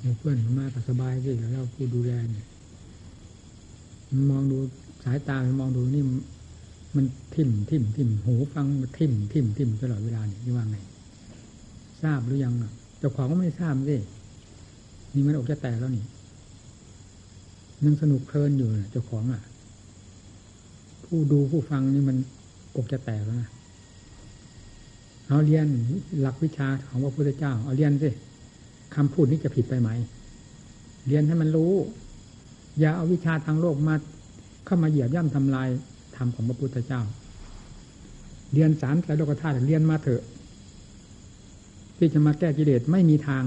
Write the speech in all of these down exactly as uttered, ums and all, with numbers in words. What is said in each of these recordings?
เพื่อนมาก็สบายสิแล้วผู้ดูแลเนี่ยมองดูสายตามองดูนี่มันทิ่มทิ่มทิ่มหูฟังมันทิ่มทิ่มทิ่มตลอดเวลาเนี่ยนี่ว่าไงทราบหรือยังเจ้าของก็ไม่ทราบสินี่มันอกจะแตกแล้วนี่ยังสนุกเพลินอยู่เจ้าของอ่ะผู้ดูผู้ฟังนี่มันอกจะแตกแล้วนะเอาเรียนหลักวิชาของพระพุทธเจ้าเอาเรียนสิคำพูดนี้จะผิดไปไหมเรียนให้มันรู้อย่าเอาวิชาทางโลกมาเข้ามาเหยียบย่ำทำลายธรรมของพระพุทธเจ้าเรียนสารไตรโลกธาตุเรียนมาเถอะที่จะมาแก้กิเลสไม่มีทาง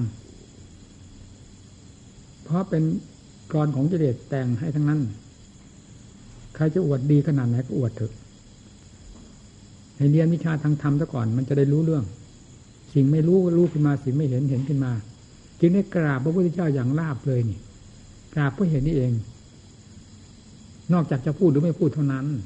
เพราะเป็นกรของกิเลสแต่งให้ทั้งนั้นใครจะอวดดีขนาดไหนก็อวดเถอะให้เรียนวิชาทางธรรมซะก่อนมันจะได้รู้เรื่องสิ่งไม่รู้ก็รู้ขึ้นมาสิ่งไม่เห็นเห็นขึ้นมาจึงได้กราบพระพุทธเจ้าอย่างราบเลยนี่กราบเพื่อเห็นนี่เองนอกจากจะพูดหรือไม่พูดเท่านั้น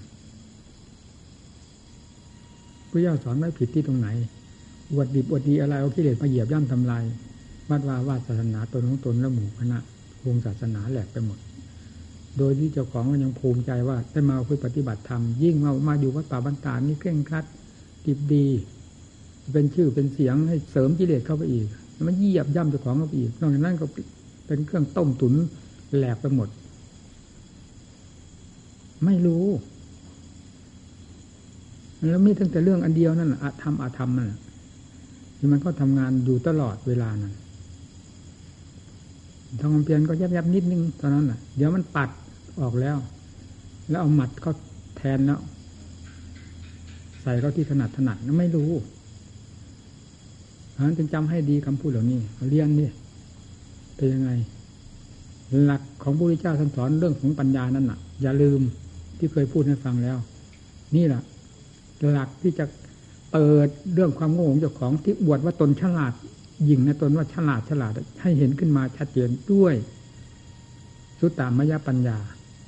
พระเจ้าสอนไม่ผิดที่ตรงไหนอวดดีอวดดีอะไรเอากิเลสมาเหยียบย่ำทำลายวัดว่าวาศาสนาตนของตนและหมู่คณะวงศาสนาแหลกไปหมดโดยที่เจ้าของก็ยังภูมิใจว่าได้มาเพื่อปฏิบัติธรรมยิ่งมามาอยู่วัดป่าบ้านตาดนี่เคร่งครัดดิบดีเป็นชื่อเป็นเสียงให้เสริมกิเลสเข้าไปอีกมันเหยียบย่ำเจ้าของเข้าไปอีกนอกจากนั้นก็เป็นเครื่องต้มตุ๋นแหลกไปหมดไม่รู้แล้วมีตั้งแต่เรื่องอันเดียวนั่นอาธรรมอาธรรมนั่นที่มันก็ทำงานอยู่ตลอดเวลานั้นทางความเพียรก็ยับยับนิดนึงตอนนั้นน่ะเดี๋ยวมันปัดออกแล้วแล้วเอาหมัดเข้าแทนแล้วใส่เข้าที่ถนัดถนัดไม่รู้เพราะฉะนั้นจึงจำให้ดีคำพูดเหล่านี้เรียนนี่เป็นยังไงหลักของพระพุทธเจ้าท่านสอนเรื่องของปัญญานั่นน่ะอย่าลืมที่เคยพูดให้ฟังแล้วนี่แหละหลักที่จะเปิดเรื่องความโง่ของเจ้าของที่อวดว่าตนฉลาดยิ่งในตนว่าฉลาดฉลาดให้เห็นขึ้นมาชัดเจนด้วยสุตตามยปัญญา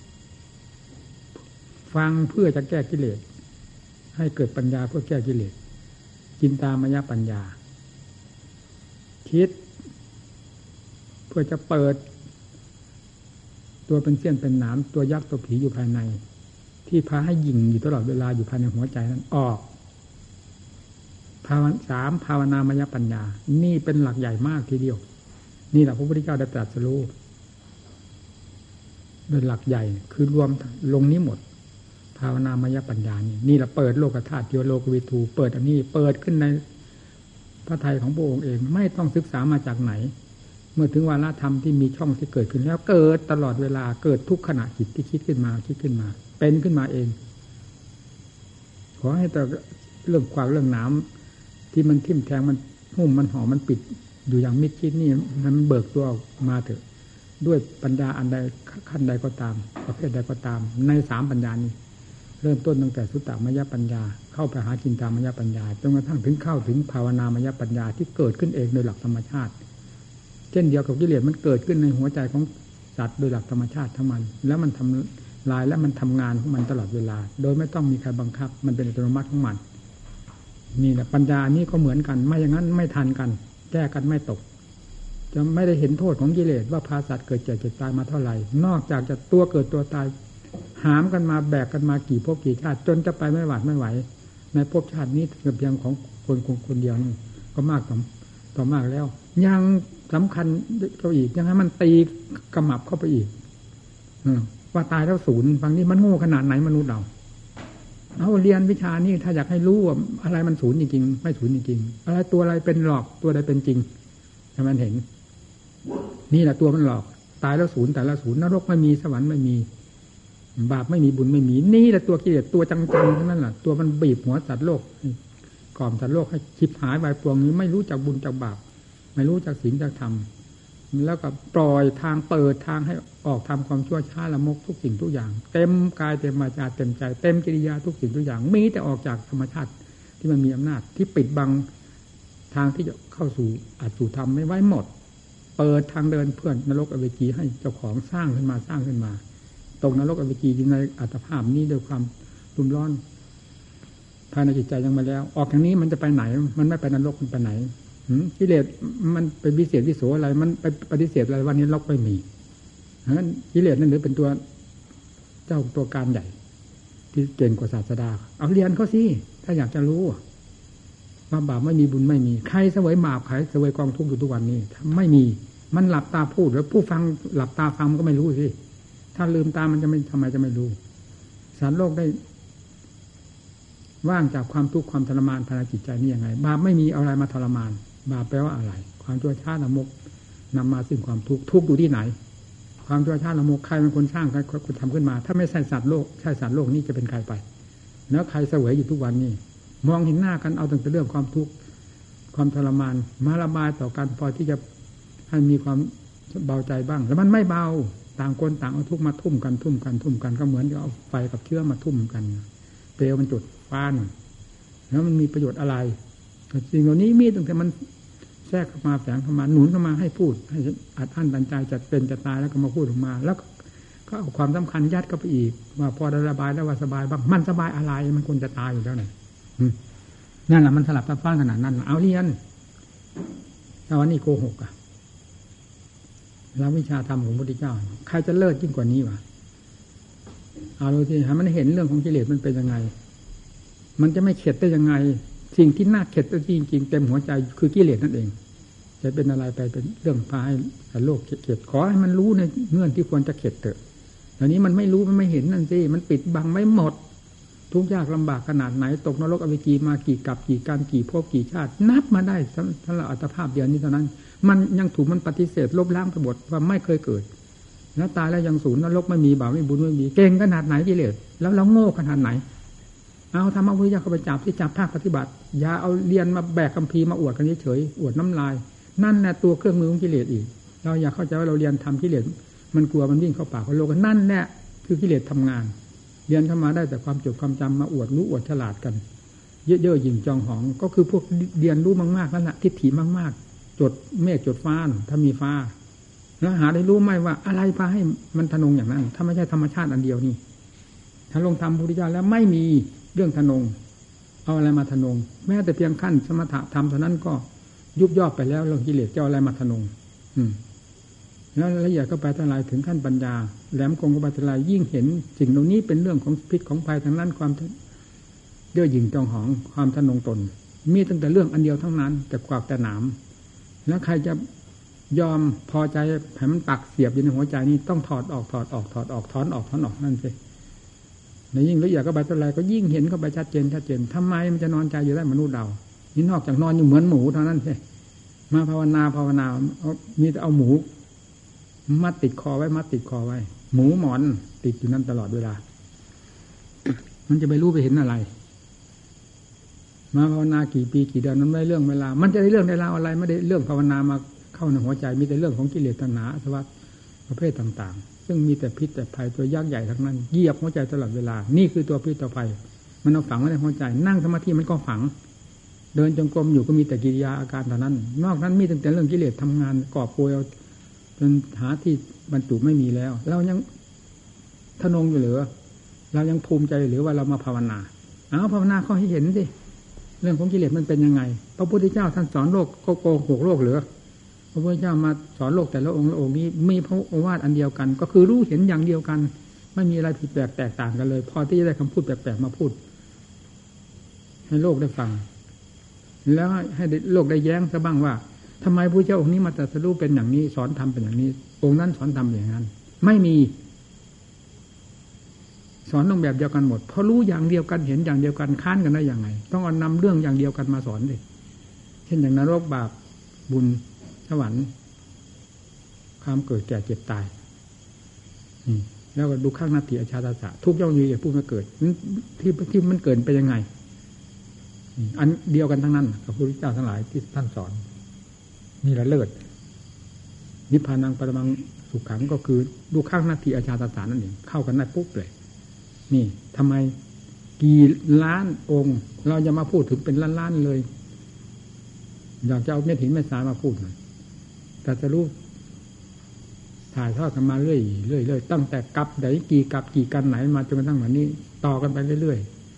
ฟังเพื่อจะแก้กิเลสให้เกิดปัญญาเพื่อแก้กิเลสจินตามยปัญญาคิดเพื่อจะเปิดตัวเป็นเสี้ยนเป็นหนามตัวยักษ์ตัวผีอยู่ภายในที่พาให้ยิ่งอยู่ตลอดเวลาอยู่ภายในหัวใจนั้นออกภาวนาสามภาวนามยปัญญานี่เป็นหลักใหญ่มากทีเดียวนี่แหละพระพุทธเจ้าได้ตรัสรู้เป็นหลักใหญ่คือรวมลงนี้หมดภาวนามยปัญญานี่นี่แหละเปิดโลกธาตุโยโลกวิถูเปิดอันนี้เปิดขึ้นในพระทัยของพระองค์เองไม่ต้องศึกษามาจากไหนเมื่อถึงวาระธรรมที่มีช่องที่เกิดขึ้นแล้วเกิดตลอดเวลาเกิดทุกขณะจิตที่คิดขึ้นมาคิดขึ้นมาเป็นขึ้นมาเองขอให้แต่เรื่องความเรื่องน้ำที่มันทิ่มแทงมันหุ้มมันห่อมันปิดอยู่อย่างมิดชิดนี่มันเบิกตัวออกมาเถอะด้วยปัญญาอันใดขั้นใดก็ตามประเภทใดก็ตามในสามปัญญานี้เริ่มต้นตั้งแต่สุตตมยปัญญาเข้าไปหาจินตามยปัญญาจนกระทั่งถึงเข้าถึงภาวนามยปัญญาที่เกิดขึ้นเองโดยหลักธรรมชาติเช่นเดียวกับกิเลสมันเกิดขึ้นในหัวใจของสัตว์โดยหลักธรรมชาติทั้งมันแล้วมันทำลายและมันทำงานของมันตลอดเวลาโดยไม่ต้องมีใครบังคับมันเป็นอัตโนมัติของมันนี่แหละปัญญานี้ก็เหมือนกันไม่อย่างนั้นไม่ทันกันแก้กันไม่ตกจะไม่ได้เห็นโทษของกิเลสว่าพาสัตว์เกิดเจ็บเจ็บตายมาเท่าไหร่นอกจากจะตัวเกิดตัวตายหามกันมาแบกกันมากี่ภพกี่ชาติจนจะไปไม่หวาดไม่ไหวในภพชาตินี้เพียงของคนคนคนเดียวนี่ก็มากต่อต่อมากแล้วยังสำคัญก็อีกยังให้มันตีกระหมับเข้าไปอีกว่าตายแล้วศูนย์ฟังนี่มันโง่ขนาดไหนมนุษย์เราเอาเรียนวิชานี่ถ้าอยากให้รู้ว่าอะไรมันศูนย์จริงๆไม่ศูนย์จริงๆอะไรตัวอะไรเป็นหลอกตัวอะไรเป็นจริงให้มันเห็นนี่แหละตัวมันหลอกตายแล้วศูนย์แต่ละศูนย์นรกไม่มีสวรรค์ไม่มีบาปไม่มีบุญไม่มีนี่แหละตัวกิเลสตัวจังๆทั้งนั้นแหละตัวมันบีบหัวสัตว์โลกกล่อมสัตว์โลกให้ชิบหายวายปวงนี้ไม่รู้จักบุญจักบาปไม่รู้จักศีลจักธรรมแล้วก็ปล่อยทางเปิดทางให้ออกทำความชั่วช้าละมกทุกสิ่งทุกอย่างเต็มกายเต็มวาจาเต็มใจเต็มกิริยาทุกสิ่งทุกอย่างมีแต่ออกจากธรรมชาติที่มันมีอำนาจที่ปิดบังทางที่จะเข้าสู่อาจสู่ธรรมไม่ไว้หมดเปิดทางเดินเพื่อนนรกอเวจีให้เจ้าของสร้างขึ้นมาสร้างขึ้นมาตกนรกอเวจีอยู่ในอัตภาพนี้ด้วยความรุ่มร้อนภายในจิตใจยังมาแล้วออกทางนี้มันจะไปไหนมันไม่ไปนรกมันไปไหนกิเลสมันเป็นวิเศษวิโสอะไรมันไปปฏิเสธอะไรวันนี้ล็อกไม่มีเพราะฉะนั้นกิเลสนั่นหรือเป็นตัวเจ้าตัวการใหญ่ที่เก่งกว่าศาสดาเอาเรียนเขาสิถ้าอยากจะรู้ว่าบาปไม่มีบุญไม่มีใครเสวยบาปใครเสวยกองทุกข์อยู่ทุกวันนี้ไม่มีมันหลับตาพูดแล้วผู้ฟังหลับตาฟังมันก็ไม่รู้สิถ้าลืมตามันจะไม่ทำไมจะไม่รู้สารโลกได้ว่างจากความทุกข์ความทรมานภายในจิตใจนี่ยังไงบาปไม่มีอะไรมาทรมานบาปแปลว่าอะไรความชั่วช้าละมกนำมาซึ่งความทุกข์ทุกข์อยู่ที่ไหนความชั่วช้าละมกใครเป็นคนสร้างใครคนทำขึ้นมาถ้าไม่ใช่สัตว์โลกใช่สัตว์โลกนี่จะเป็นใครไปแล้วใครเสวยอยู่ทุกวันนี้มองเห็นหน้ากันเอาตั้งแต่เรื่องความทุกข์ความทรมานมาระบายต่อกันพอที่จะให้มีความเบาใจบ้างแล้วมันไม่เบาต่างคนต่างเอาทุกข์มาทุ่มกันทุ่มกันทุ่มกันก็เหมือนกับเอาไฟกับเชื้อมาทุ่มกันเปลวมันจุดฟ้านแล้วมันมีประโยชน์อะไรสิ่งเหล่านี้มีตั้งแต่มันแทรกเข้ามาแฝงเข้ามาหนุนเข้ามาให้พูดให้อัดอั้นตันใจจะเป็นจะตายแล้วก็มาพูดออกมาแล้วก็เอาความสำคัญยัดเข้าไปอีกว่าพอได้ระบายแล้วว่าสบายบ้างมันสบายอะไรมันควรจะตายอยู่แล้วไงนั่นแหละมันสลับซับซ้อนขนาดนั้นเอาเรียนถ้าวันนี้โกหกอ่ะแล้ววิชาธรรมของพระพุทธเจ้าใครจะเลิศยิ่งกว่านี้วะเอาดูสิให้มันเห็นเรื่องของกิเลสมันเป็นยังไงมันจะไม่เข็ดได้ยังไงสิ่งที่น่าเข็ดจริงๆเต็มหัวใจคือกิเลสนั่นเองจะเป็นอะไรไปเป็นเรื่องพาให้โลกเข็ดขอให้มันรู้ในเงื่อนที่ควรจะเข็ดเถอะแต่นี้มันไม่รู้มันไม่เห็นนั่นสิมันปิดบังไม่หมดทุกข์ยากลำบากขนาดไหนตกนรกอเวจีมากี่กับกี่การกี่ภพกี่ชาตินับมาได้สำหรับอัตภาพเดียวนี้เท่านั้นมันยังถูกมันปฏิเสธลบล้างไปหมดว่าไม่เคยเกิดแล้วตายแล้วยังศูนย์นรกไม่มีบาปไม่บุญไม่มีเก่งขนาดไหนกิเลสแล้วเราโง่ขนาดไหนเอาธรรมะพุทธเจ้าเข้าไปจับที่จับภาคปฏิบัติอย่าเอาเรียนมาแบกคัมภีร์มาอวดกันเฉยๆอวดน้ำลายนั่นแหละตัวเครื่องมือของกิเลสอีกเราอย่าเข้าใจว่าเราเรียนทำกิเลสมันกลัวมันวิ่งเข้าปากเข้าโลกนั่นแหละคือกิเลสทำงานเรียนเข้ามาได้แต่ความจดความจำมาอวดรู้อวดฉลาดกันเยอะๆหยิ่งจองหองก็คือพวกเรียนรู้มากๆนั่นแหละทิฏฐิมากๆจดเมฆจดฟ้าถ้ามีฟ้าแล้วหาได้รู้ไหมว่าอะไรพาให้มันทะนงอย่างนั้นถ้าไม่ใช่ธรรมชาติอันเดียวนี่ถ้าลงธรรมพุทธเจ้าแล้วไม่มีเรื่องทะนงเอาอะไรมาทะนงแม้แต่เพียงขั้นสมถะธรรมเท่านั้นก็ยุบย่อไปแล้วเรื่องกิเลสจะเอาอะไรมาทะนงอืมแล้วละเอียดก็ไปทลายถึงขั้นปัญญาแหลมคมก็ไปทลายยิ่งเห็นสิ่งเหล่านี้เป็นเรื่องของพิษของภัยทางนั้นความเย่อหยิ่งจองหองความทะนงตนมีตั้งแต่เรื่องอันเดียวทั้งนั้นแต่กวากแต่หนามแล้วใครจะยอมพอใจให้มันปักเสียบอยู่ในหัวใจนี่ต้องถอดออกถอดออกถอดออกถอนออกถอนออกนั่นสิในยิ่งละเอียดก็ไปทลายก็ยิ่งเห็นเข้าไปชัดเจนชัดเจนทำไมมันจะนอนใจอยู่ได้มนุษย์เรานี่นอกจากนอนอยู่เหมือนหมูเท่านั้นสิมาภาวนาภาวนามีแต่เอาหมูมัดติดคอไว้มัดติดคอไว้หมูหมอนติดอยู่นั่นตลอดเวลามันจะไปรู้ไปเห็นอะไรมาภาวนากี่ปีกี่เดือนนั้นไม่เรื่องเวลามันจะได้เรื่องได้ราวอะไรไม่ได้เรื่องภาวนามาเข้าในหัวใจมีแต่เรื่องของกิเลสตัณหาอาสวะประเภทต่างๆซึ่งมีแต่พิษแต่ภัยตัวยากใหญ่ทั้งนั้นเหยียบหัวใจตลอดเวลานี่คือตัวพิษตัวภัยมันเอาฝังไว้ในหัวใจนั่งสมาธิมันก็ฝังเดินจงกรมอยู่ก็มีแต่กิริยาอาการเท่านั้นนอกนั้นมีแต่เรื่องกิเลสทำงานกอบโกยจนหาที่บรรจุไม่มีแล้วเรายังทะนงอยู่หรือเรายังภูมิใจหรือว่าเรามาภาวนาเอาภาวนาเขาให้เห็นสิเรื่องของกิเลสมันเป็นยังไงพระพุทธเจ้าท่านสอนโลกโกโกหกโลกหรือพระพุทธเจ้ามาสอนโลกแต่ละองค์ละองค์นี้มีพระโอวาทอันเดียวกันก็คือรู้เห็นอย่างเดียวกันไม่มีอะไรผิดแปลกแตกต่างกันเลยพอที่จะได้คำพูดแปลกๆมาพูดให้โลกได้ฟังแล้วให้โลกได้แย้งซะบ้างว่าทำไมพระเจ้าองค์นี้มาตรัสรู้เป็นอย่างนี้สอนทำเป็นอย่างนี้องค์นั้นสอนทำอย่างนั้นไม่มีสอนตรงแบบเดียวกันหมดเพราะรู้อย่างเดียวกันเห็นอย่างเดียวกันค้านกันได้อย่างไรต้องเอานำเรื่องอย่างเดียวกันมาสอนดิเช่นอย่างนรกบาปบุญสวรรค์ความเกิดแก่เจ็บตายแล้วก็ดูข้างนาทีอาชาตาสะทุกย่อมมีอย่าพูดมาเกิดที่ที่มันเกิดไปยังไงอันเดียวกันทั้งนั้นพระพุทธเจ้าทั้งหลายที่ท่านสอนนี่แหละเลิศนิพพานังปรมังสุขขังก็คือดูข้างนาทีอาชาตาสะนั่นเองเข้ากันได้ปุ๊บเลยนี่ทำไมกี่ล้านองค์เราจะมาพูดถึงเป็นล้านๆเลยอยากจะเอาเม็ดหินเม็ดทรายมาพูดหน่อยแต่จะรู้ถ่ายทอดกันมาเรื่อยเรื่อยเรื่อยตั้งแต่กับไหนกี่กับกี่กันไหนมาจนกระทั่งวันนี้ต่อกันไปเรื่อยๆ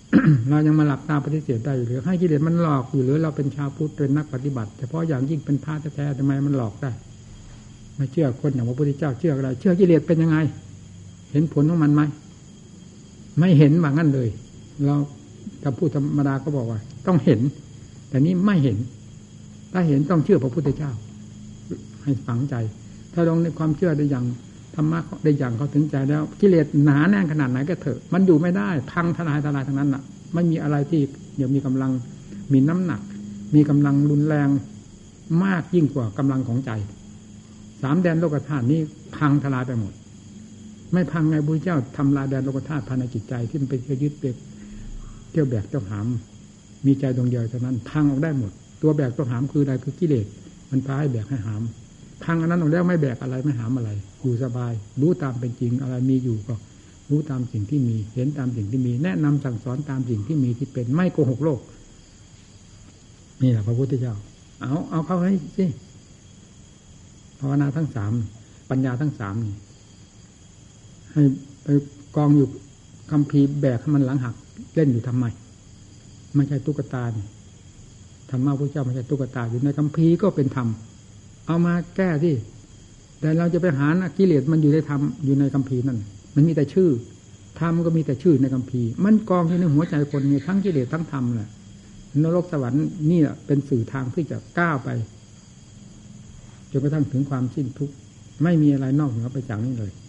เรายังมาหลับตาปฏิเสธได้อยู่หรือให้กิเลสมันหลอกอยู่หรือเราเป็นชาวพุทธเป็นนักปฏิบัติเฉพาะอย่างยิ่งเป็นพระแท้ๆทำไมมันหลอกได้ไม่เชื่อคนอย่างพระพุทธเจ้าเชื่ออะไรเชื่อกิเลสเป็นยังไงเห็นผลของมันไหมไม่เห็นว่างั้นเลยเรากับผู้ธรรมดาก็บอกว่าต้องเห็นแต่นี้ไม่เห็นถ้าเห็นต้องเชื่อพระพุทธเจ้าให้ฝังใจถ้าลงในความเชื่อได้อย่างธรรมะได้อย่างเขาถึงใจแล้วกิเลสหนาแน่นขนาดไหนก็เถอะมันอยู่ไม่ได้พังทลายทลายทั้งนั้นน่ะไม่มีอะไรที่เดี๋ยวมีกำลังมีน้ำหนักมีกำลังรุนแรงมากยิ่งกว่ากำลังของใจสามแดนโลกธาตุนี้พังทลายไปหมดไม่พังไงบุญเจ้าทำลายแดนโลกธาตุภายในจิตใจที่มันเป็นเชื้อยึดเป็นเที่ยวแบกเจ้าหามมีใจดวงเดียวเท่านั้นพังออกได้หมดตัวแบกตัวหามคืออะไรคือกิเลสมันพาให้แบกให้หามพังอันนั้นออกแล้วไม่แบกอะไรไม่หามอะไรอยู่สบายรู้ตามเป็นจริงอะไรมีอยู่ก็รู้ตามสิ่งที่มีเห็นตามสิ่งที่มีแนะนำสั่งสอนตามสิ่งที่มีที่เป็นไม่โกหกโลกนี่แหละพระพุทธเจ้าเอาเอาเข้าให้สิภาวนาทั้งสามปัญญาทั้งสามนี่ให้ไปกองอยู่คัมภีร์แบกให้มันหลังหักเล่นอยู่ทำไมไม่ใช่ตุ๊กตานี่ธรรมะพระเจ้าไม่ใช่ตุ๊กตาอยู่ในคัมภีร์ก็เป็นธรรมเอามาแก้ที่แต่เราจะไปหากิเลสมันอยู่ในธรรมอยู่ในคัมภีร์นั่นมันมีแต่ชื่อธรรมก็มีแต่ชื่อในคัมภีร์มันกองอยู่ในหัวใจคนมีทั้งกิเลสทั้งธรรมแหละนรกสวรรค์นี่เป็นสื่อทางที่จะก้าวไปจนกระทั่งถึงความสิ้นทุกข์ไม่มีอะไรนอกเหนือไปจากนี้เลย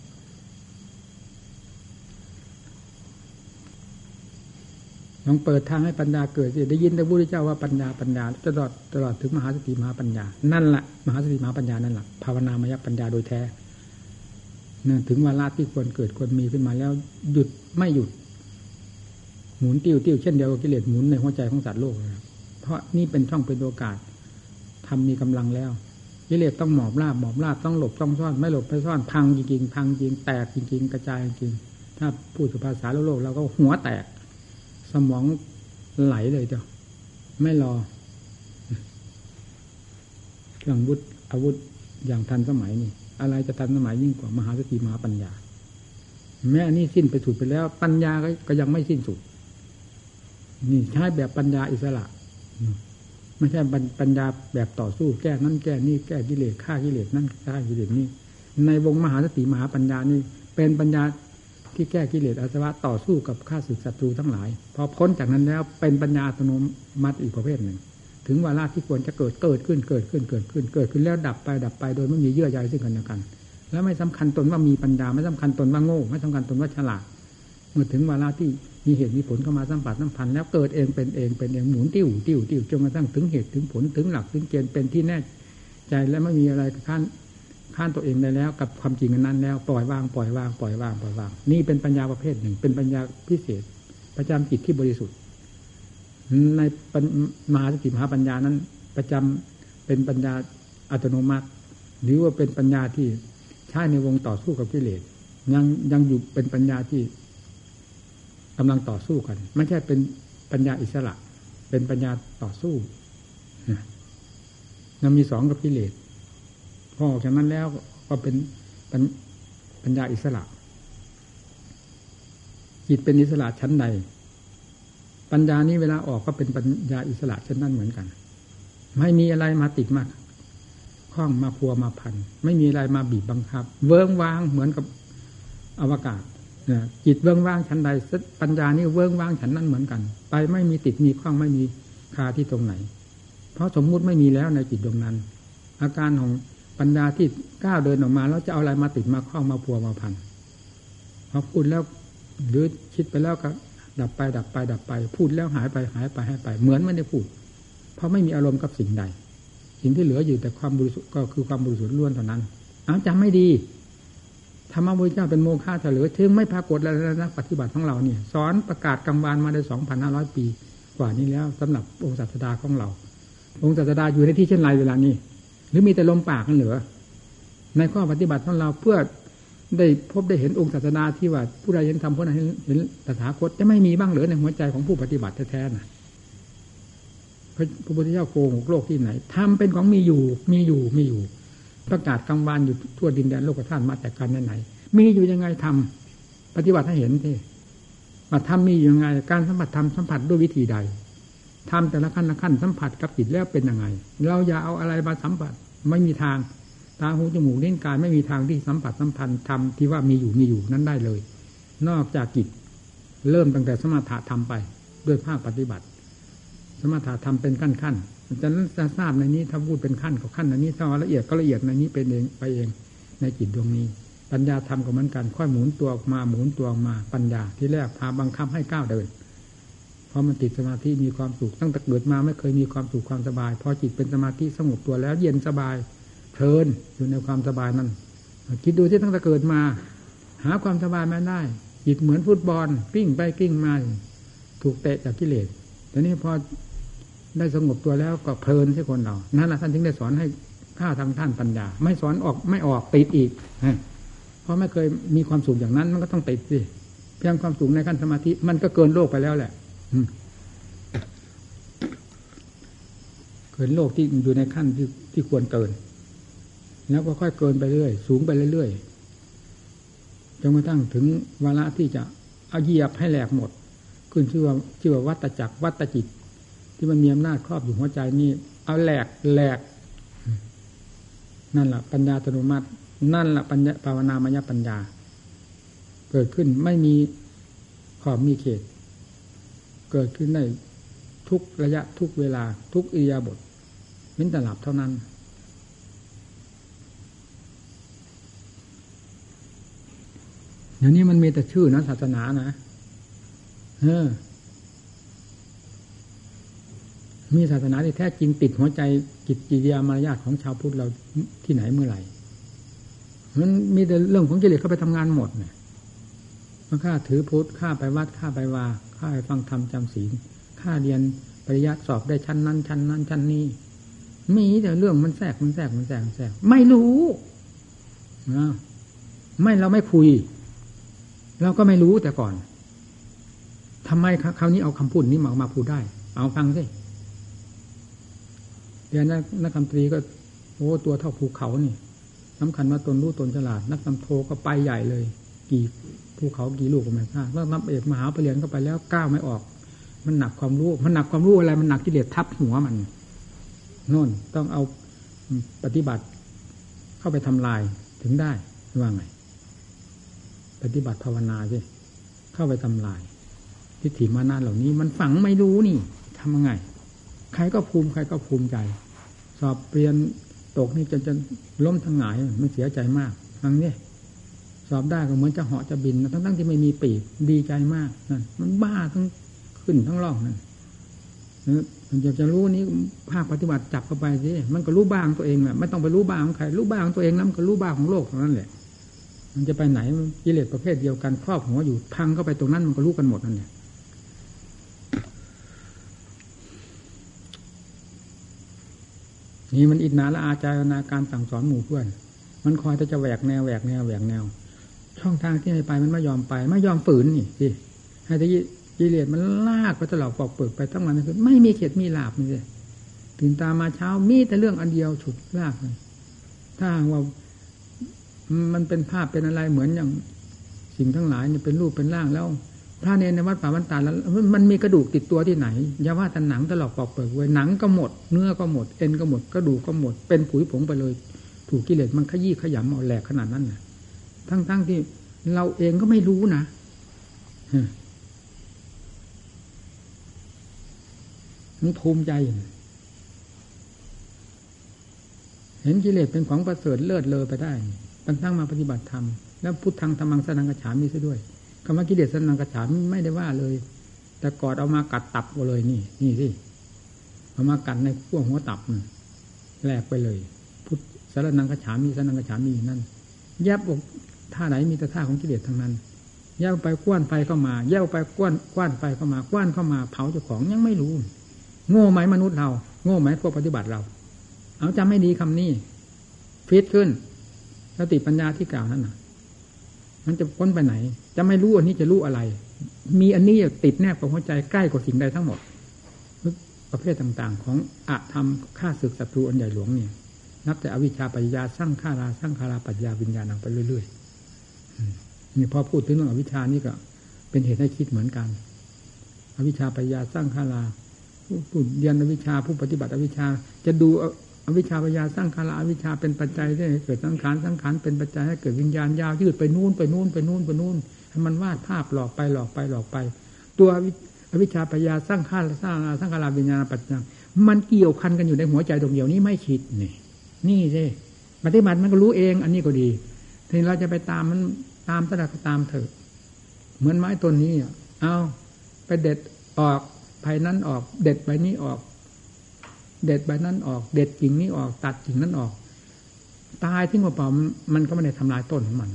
ลองเปิดทางให้ปัญญาเกิดสิได้ยินแต่พระพุทธเจ้าว่าปัญญาปัญญาตลอดตลอดถึงมหาสติมหาปัญญานั่นแหละมหาสติมหาปัญญานั่นแหละภาวนามยปัญญาโดยแท้เนี่ยถึงวาระที่ควรเกิดควรมีขึ้นมาแล้วหยุดไม่หยุดหมุนติ้วติ้วเช่นเดียวกับกิเลสหมุนในหัวใจของสัตว์โลกนะเพราะนี่เป็นช่องเป็นโอกาสทำมีกำลังแล้วกิเลสต้องหมอบราบหมอบราบต้องหลบต้องซ่อนไม่หลบไม่ซ่อนพังจริงๆพังจริงแตกจริงๆกระจายจริงถ้าพูดภาษาโลกเราก็หัวแตกสมองไหลเลยเจ้าไม่รอเครื่องวุธอาวุธอย่างทันสมัยนี่อะไรจะทันสมัยยิ่งกว่ามหาสติมหาปัญญาแม้นี่สิ้นไปสุดไปแล้วปัญญาก็ยังไม่สิ้นสุดนี่ใช้แบบปัญญาอิสระไม่ใช่ปัญญาแบบต่อสู้แก้นั่นแก้นี่แก้กิเลสฆ่ากิเลสนั่นฆ่ากิเลสนี่ในวงมหาสติมหาปัญญานี่เป็นปัญญาที่แก้กิเลสอาสวะต่อสู้กับข้าศึกศัตรูทั้งหลายพอพ้นจากนั้นแล้วเป็นปัญญาอัตโนมัติอีกประเภทหนึ่งถึงวาระที่ควรจะเกิดเกิดขึ้นเกิดขึ้นเกิดขึ้นเกิดขึ้นแล้วดับไปดับไปโดยไม่มีเยื่อใยซึ่งกันและกันแล้วไม่สำคัญตนว่ามีปัญญาไม่สำคัญตนว่าโง่ไม่สำคัญตนว่าฉลาดเมื่อถึงวาระที่มีเหตุมีผลเข้ามาสัมผัสสัมพันธ์แล้วเกิดเองเป็นเองเป็นเองหมุนติ้วติ้วติ้วจนกระทั่งถึงเหตุถึงผลถึงหลักถึงเกณฑ์เป็นที่แน่ใจและไม่มีอะไรขั้นข้านตัวเองได้แล้วกับความจริงนั้นแล้วปล่อยวางปล่อยวางปล่อยวางปล่อยวางนี่เป็นปัญญาประเภทหนึ่งเป็นปัญญาพิเศษประจำจิตที่บริสุทธิ์ในมหาสติมหาปัญญานั้นประจำเป็นปัญญาอัตโนมัติหรือว่าเป็นปัญญาที่ใช้ในวงต่อสู้กับกิเลสยังยังอยู่เป็นปัญญาที่กำลังต่อสู้กันไม่ใช่เป็นปัญญาอิสระเป็นปัญญาต่อสู้ยังมีสองกับกิเลสพอออกจากนั้นแล้วก็เป็นปัญญาอิสระจิตเป็นอิสระชั้นใดปัญญานี้เวลาออกก็เป็นปัญญาอิสระเช่นนั้นเหมือนกันไม่มีอะไรมาติดมาคล้องมาพัวมาพันไม่มีอะไรมาบีบบังคับเวิ้งว้างเหมือนกับอวกาศเนี่ยจิตเวิ้งว้างชั้นใดปัญญานี้เวิ้งว้างชั้นนั้นเหมือนกันไปไม่มีติดมีคล้องไม่มีคาที่ตรงไหนเพราะสมมุติไม่มีแล้วในจิตดวงนั้นอาการของปัญญาที่ก้าวเดินออกมาแล้วจะเอาอะไรมาติดมาคล้องมาพัวมาพันพอพูดแล้วหรือคิดไปแล้วก็ดับไปดับไปดับไปพูดแล้วหายไปหายไปหายไปเหมือนไม่ได้พูดเพราะไม่มีอารมณ์กับสิ่งใดสิ่งที่เหลืออยู่แต่ความบริสุทธิ์ก็คือความบริสุทธิ์ล้วนเท่านั้นเอาจำไม่ดีธรรมะพุทธเจ้าเป็นโมฆะเฉลยถึงไม่ปรากฏแล้วนักปฏิบัติของเราเนี่ยสอนประกาศกังวานมาได้ สองพันห้าร้อย ปีกว่านี้แล้วสำหรับองค์ศาสดาของเราองค์ศาสดาอยู่ในที่เช่นไรเวลานี้หรือมีแต่ลมปากกันเหลือในข้อปฏิบัติของเราเพื่อได้พบได้เห็นองค์ศาสดาที่ว่าผู้ใดเห็นธรรมผู้ใดเห็นตถาคตจะไม่มีบ้างเหลือในหัวใจของผู้ปฏิบัติแท้ๆนะพระพุทธเจ้าโกหกโลกที่ไหนธรรมเป็นของมีอยู่มีอยู่มีอยู่ประกาศกังวานอยู่ทั่วดินแดนโลกธาตุมาแต่การไหนมีอยู่ยังไงธรรมปฏิบัติให้เห็นที่ว่าธรรมมียังไงการสัมผัสธรรมสัมผัสด้วยวิธีใดธรรมแต่ละขั้นละขั้นสัมผัสกับจิตแล้วเป็นยังไงเราอย่าเอาอะไรมาสัมผัสไม่มีทางตาหูจมูกลิ้นกายไม่มีทางที่สัมผัสสัมพันธ์ธรรมที่ว่ามีอยู่มีอยู่นั้นได้เลยนอกจากจิตเริ่มตั้งแต่สมถะธรรมไปด้วยภาคปฏิบัติสมถะธรรมเป็นขั้นขั้นจะจะทราบในนี้ถ้าพูดเป็นขั้นก็ขั้นในนี้ถ้าละเอียดก็ละเอียดในนี้เป็นเองไปเองในจิตดวงนี้ปัญญาธรรมก็เหมือนกันค่อยหมุนตัวออกมาหมุนตัวออกมาปัญญาที่แรกพาบังคับให้ก้าวเดินพอมันติดสมาธิมีความสุขตั้งแต่เกิดมาไม่เคยมีความสุขความสบายพอจิตเป็นสมาธิสงบตัวแล้วเย็นสบายเพลินอยู่ในความสบายนั้นคิดดูที่ตั้งแต่เกิดมาหาความสบายไม่ได้จิตเหมือนฟุตบอลกิ้งไปกิ้งมาถูกเตะจากกิเลสแต่นี่พอได้สงบตัวแล้วก็เพลินใช่คนเรานั่นแหละท่านถึงได้สอนให้ข้าทางท่านปัญญาไม่สอนออกไม่ออกติดอีกเพราะไม่เคยมีความสุขอย่างนั้นมันก็ต้องติดสิเพียงความสุขในขั้นสมาธิมันก็เกินโลกไปแล้วแหละเกินโลกที่อยู่ในขั้นที่ที่ควรเกินแล้วก็ค่อยเกินไปเรื่อยสูงไปเรื่อยจนกระทั่งถึงวาระที่จะเอาเหยียบให้แหลกหมดขึ้นชื่อว่าชื่อว่าวัฏจักรวัฏจิตที่มันมีอำนาจครอบอยู่หัวใจนี่เอาแหลกแหลกนั่นแหละปัญญาอัตโนมัตินั่นแหละปัญญาภาวนามยปัญญาเกิดขึ้นไม่มีขอบมีเขตเกิดขึ้นได้ทุกระยะทุกเวลาทุกอิริยาบถเว้นแต่หลับเท่านั้นเดี๋ยวนี้มันมีแต่ชื่อนะศาสนานะเออมีศาสนาที่แท้จริงติดหัวใจจิตกิริยามารยาทของชาวพุทธเราที่ไหนเมื่อไหร่มันมีแต่เรื่องของกิเลสเข้าไปทำงานหมดเนี่ยมันข้าถือพุทธข้าไปวัดข้าไปวาข้าไปฟังธรรมจำศีลข้าเรียนปริยัติสอบได้ชั้นนั้นชั้นนั้นชั้นนี้มีแต่เรื่องมันแทรกมันแทรกมันแทรกมันแทรกไม่รู้นะไม่เราไม่คุยเราก็ไม่รู้แต่ก่อนทำไมคราวนี้เอาคำพูดนี้มามาพูดได้เอาฟังสิเรียนนักดนตรีก็โอ้ตัวเท่าภูเขานี่สำคัญว่าตนรู้ตนฉลาดนักดนโทก็ไปใหญ่เลยกี่ภูเขากี่ลูกก็ไม่ทราบแล้วนับเอกมหาปริญญาเข้าไปแล้วก้าวไม่ออกมันหนักความรู้มันหนักความรู้อะไรมันหนักกิเลสทับหัวมันโน่นต้องเอาปฏิบัติเข้าไปทำลายถึงได้ว่าไงปฏิบัติภาวนาสิเข้าไปทำลายทิฏฐิมานะเหล่านี้มันฝังไม่รู้นี่ทำยังไงใครก็ภูมิใครก็ภูมิใจสอบเรียนตกนี่จะจะล้มทั้งหงายมันเสียใจมากฟังนี่สอบได้ก็เหมือนจะเหาะจะบินทั้งทั้งที่ไม่มีปีกดีใจมากนั่นมันบ้าทั้งขึ้นทั้งล่องนั่นมันอยากจะรู้นี้ภาคปฏิบัติจับเข้าไปสิมันก็รู้บ้างตัวเองแหละไม่ต้องไปรู้บ้างของใครรู้บ้างของตัวเองแล้วมันก็รู้บ้างของโลกเท่านั้นแหละมันจะไปไหนกิเลสประเภทเดียวกันครอบหัวอยู่พังเข้าไปตรงนั้นมันก็รู้กันหมดนั่นแหละนี่มันอิจนาและอาจารณาการสั่งสอนหมู่เพื่อนมันคอยแต่จะแหวกแนวแหวกแนวแหวกแนวช่องทางที่ให้ไปมันไม่ยอมไปไม่ยอมฝืนนี่สิให้แต่กิเลสมันลากไปตลอดปอกเปิดไปทั้งวันทั้งคืนไม่มีเข็ดมีหลาบนี่เลยตื่นตามาเช้ามีแต่เรื่องอันเดียวฉุดลากเลยถ้าว่ามันเป็นภาพเป็นอะไรเหมือนอย่างสิ่งทั้งหลายเนี่ยเป็นรูปเป็นร่างแล้วพระเนรในวัดป่าบ้านตาแล้วมันมีกระดูกติดตัวที่ไหนอย่าว่าแต่หนังตลอดปอกเปิดไว้หนังก็หมดเนื้อก็หมดเอ็นก็หมดกระดูกก็หมดเป็นผุยผงไปเลยถูกกิเลสมันขยี้ขยำเอาแหลกขนาดนั้นน่ะทั้งๆที่เราเองก็ไม่รู้นะมันภูมิใจเห็นกิเลสเป็นของประเสริฐเลิศเลอไปได้ตั้งตั้งมาปฏิบัติธรรมแล้วพุทธังธรรมังสนังกัจฉามิซะด้วยคำว่ากิเลสสนังกัจฉามิไม่ได้ว่าเลยแต่กอดเอามากัดตับเอาเลยนี่นี่สิเอามากัดในขั้วหัวตับแหลกไปเลยพุทธสนังกัจฉามิสนังกัจฉามินั่นแยบออกท่าไหนมีแต่ท่าของกิเลสทั้งนั้นแยบไปกว้านไฟเข้ามาแยบไปกว้านกว้านไฟเข้ามากว้านเข้ามาเผาเจ้าของยังไม่รู้โง่ไหมมนุษย์เราโง่ไหมพวกปฏิบัติเราเอาจำไม่ดีคำนี้ฟิตขึ้นสติปัญญาที่กล่าวนั้นน่ะมันจะพ้นไปไหนจะไม่รู้อันนี้จะรู้อะไรมีอันนี้ติดแนบกับหัวใจใกล้กว่าสิ่งใดทั้งหมดประเภทต่างๆของอธรรมฆ่าศึกศัตรูอันใหญ่หลวงนี่นับแต่อวิชชาปัญญาสร้างฆาราสร้างฆาราปัญญาวิญญาณไปเรื่อยๆนี่พอพูดถึงเรื่องอวิชชานี่ก็เป็นเหตุให้คิดเหมือนกันอวิชชาปัญญาสร้างขาราผู้เรียนอวิชชาผู้ปฏิบัติอวิชชาจะดูอวิชชาปัญญาสร้างขาราอวิชชาเป็นปัจจัยให้เกิดสังขารสังขารเป็นปัจจัยให้เกิดวิญญาณยาวยืดไปนู่นไปนู่นไปนู่นไปนู่นให้มันวาดภาพหลอกไปหลอกไปหลอกไปตัวอวิชชาปัญญาสร้างขาราสร้างสร้างขาราวิญญาณปัจจัยมันเกี่ยวพันกันอยู่ในหัวใจดวงเดียวนี้ไม่คิดนี่นี่สิปฏิบัติมันก็รู้เองอันนี้ก็ดีทีนี้เราจะไปตามมันตามตลาดตามเถอะเหมือนไม้ต้นนี้เอาไปเด็ดออกใบนั้นออกเด็ดใบนี้ออกเด็ดใบนั้นออกเด็ดกิ่งนี้ออกตัดกิ่งนั้นออกตายทิ้งเปล่าๆมันก็ไม่ได้ทำลายต้นของมัน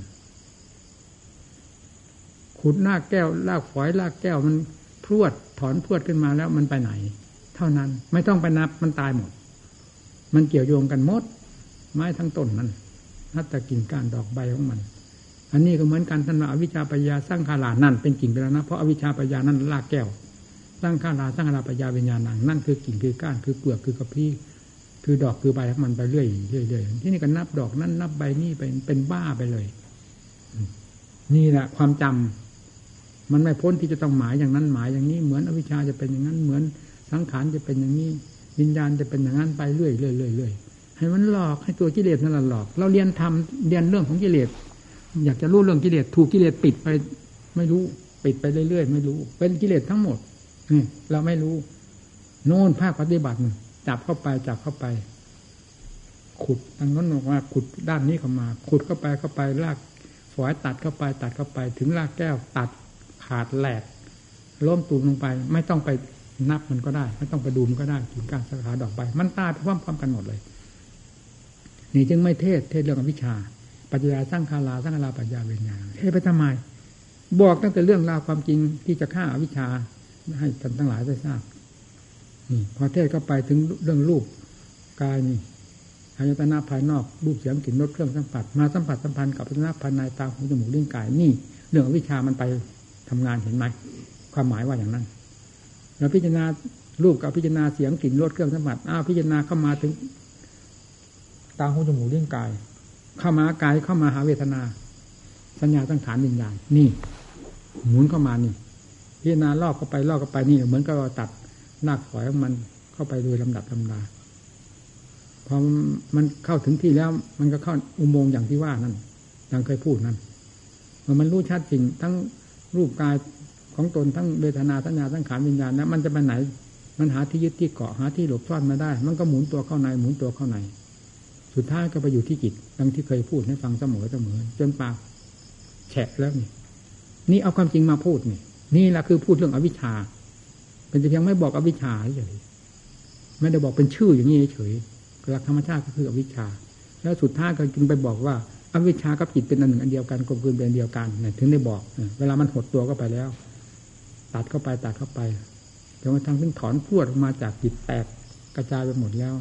ขุดรากแก้วรากฝอยรากแก้วมันพรวดถอนพรวดขึ้นมาแล้วมันไปไหนเท่านั้นไม่ต้องไปนับมันตายหมดมันเกี่ยวโยงกันหมดไม้ทั้งต้นนั้นนับแต่กิ่งก้านดอกใบของมันอันนี้ก็เหมือนกันท่านว่าอวิชชาปัญญาสร้างขารานั่นเป็นกิ่งไปแล้วนะเพราะอวิชชาปัญญานั่นรากแก้วสร้างขาราสร้างขาราปัญญาวิญญาณังนั่นคือกิ่งคือก้านคือเปลือกคือกระพี้คือดอกคือใบของมันไปเรื่อยเรื่อยๆที่นี่ก็นับดอกนั่นนับใบนี่เป็นเป็นบ้าไปเลยนี่แหละความจำมันไม่พ้นที่จะต้องหมายอย่างนั้นหมายอย่างนี้เหมือนอวิชชาจะเป็นอย่างนั้นเหมือนสังขารจะเป็นอย่างนี้วิญญาณจะเป็นอย่างนั้นไปเรื่อยเรื่อยเรื่อยเรื่อยให้มันหลอกให้ตัวกิเลสนั่นแหละหลอกเราเรียนทำเรียนเรื่องของกิเลสอยากจะรู้เรื่องกิเลสถูกกิเลสปิดไปไม่รู้ปิดไปเรื่อยๆไม่รู้เป็นกิเลสทั้งหมดนี่เราไม่รู้โน่นภาคปฏิบัติจับเข้าไปจับเข้าไปขุดทางนั้นบอกว่าขุดด้านนี้เข้ามาขุดเข้าไปเข้าไปลากฝอยตัดเข้าไปตัดเข้าไปถึงรากแก้วตัดขาดแหลกล้มตูมลงไปไม่ต้องไปนับมันก็ได้ไม่ต้องไปดูมันก็ได้ถึงการสาขาดอกใบมันตายพร้อมๆกันหมดเลยนี่จึงไม่เทศเทศเรื่องอวิชชาปัจจยาสร้างคาราสร้างคาราปัญญาเวียญาเทศไปทำไมบอกตั้งแต่เรื่องราวความจริงที่จะฆ่าอวิชชาให้ท่านทั้งหลายได้ทราบนี่พอเทศก็ไปถึงเรื่องรูปกายนี่อายตนะภายนอกรูปเสียงกลิ่นรสเครื่องสัมผัสมาสัมผัสสัมพันธ์กับอายตนะภายในตาหูจมูกลิ้นกายนี่เรื่องอวิชชามันไปทำงานเห็นไหมความหมายว่าอย่างนั้นเราพิจารณารูปกับพิจารณาเสียงกลิ่นรสเครื่องสัมผัสอ้าวพิจารณาเข้ามาถึงตาหูจมูกลิ้นกายเข้ามากายเข้ามาหาเวทนาสัญญาสังขารวิญญาณนี่หมุนเข้ามานี่พิจารณาลอกเข้าไปลอกเข้าไปนี่เหมือนกับเราตัดรากฝอยของมันเข้าไปโดยลำดับลำดาพอมันเข้าถึงที่แล้วมันก็เข้าอุโมงค์อย่างที่ว่านั่นดังเคยพูดนั่นเมื่อมันรู้ชัดจริงทั้งรูปกายของตนทั้งเวทนาสัญญาสังขารวิญญาณนะมันจะไปไหนมันหาที่ยึดที่เกาะหาที่หลบซ่อนมาได้มันก็หมุนตัวเข้าในหมุนตัวเข้าในสุดท้ายก็ไปอยู่ที่จิตดังที่เคยพูดให้ฟังเสมอเสมอจนปากแฉะแล้วนี่นี่เอาความจริงมาพูดนี่นี่แหละคือพูดเรื่องอวิชชาเป็นแต่เพียงไม่บอกอวิชชาเฉยไม่ได้บอกเป็นชื่ออย่างนี้เฉยหลักธรรมชาติก็คืออวิชชาแล้วสุดท้ายก็จึงไปบอกว่าอวิชชากับจิตเป็นอันหนึ่งอันเดียวกันกลมกลืนเป็นอันเดียวกันถึงได้บอกเวลามันหดตัวก็ไปแล้วตัดเข้าไปตัดเข้าไปจนกระทั่งถึงถอนพรวดออกมาจากจิตแตกกระจายไปหมดแล้ว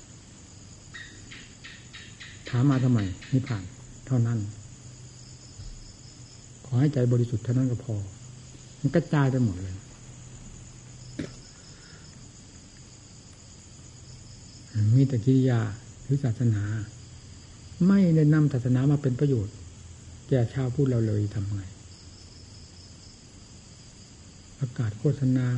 ถามมาทำไมนิพพานเท่านั้นขอให้ใจบริสุทธิ์เท่านั้นก็พอมันกระจายไปหมดเลยมีแต่กิริยาหรือศาสนาไม่ได้นำศาสนามาเป็นประโยชน์แก่ชาวพุทธเราเลยทำไงประกาศโฆษณา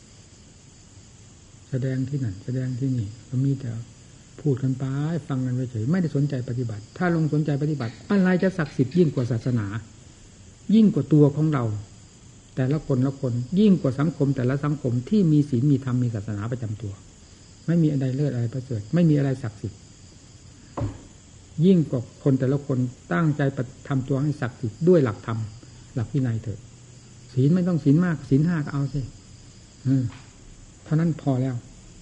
แสดงที่นั่นแสดงที่นี่ก็มีแต่พูดกันไปฟังกันไปเฉยไม่ได้สนใจปฏิบัติถ้าลงสนใจปฏิบัติอะไรจะศักดิ์สิทธิ์ยิ่งกว่าศาสนายิ่งกว่าตัวของเราแต่ละคนละคนยิ่งกว่าสังคมแต่ละสังคมที่มีศีลมีธรรมมีศาสนาประจำตัวไม่มีอะไรเลิศอะไรประเสริฐไม่มีอะไรศักดิ์สิทธิ์ยิ่งกว่าคนแต่ละคนตั้งใจทำตัวให้ศักดิ์สิทธิ์ด้วยหลักธรรมหลักวินัยเถิดศีลไม่ต้องศีลมากศีลห้าก็เอาสิเท่านั้นพอแล้ว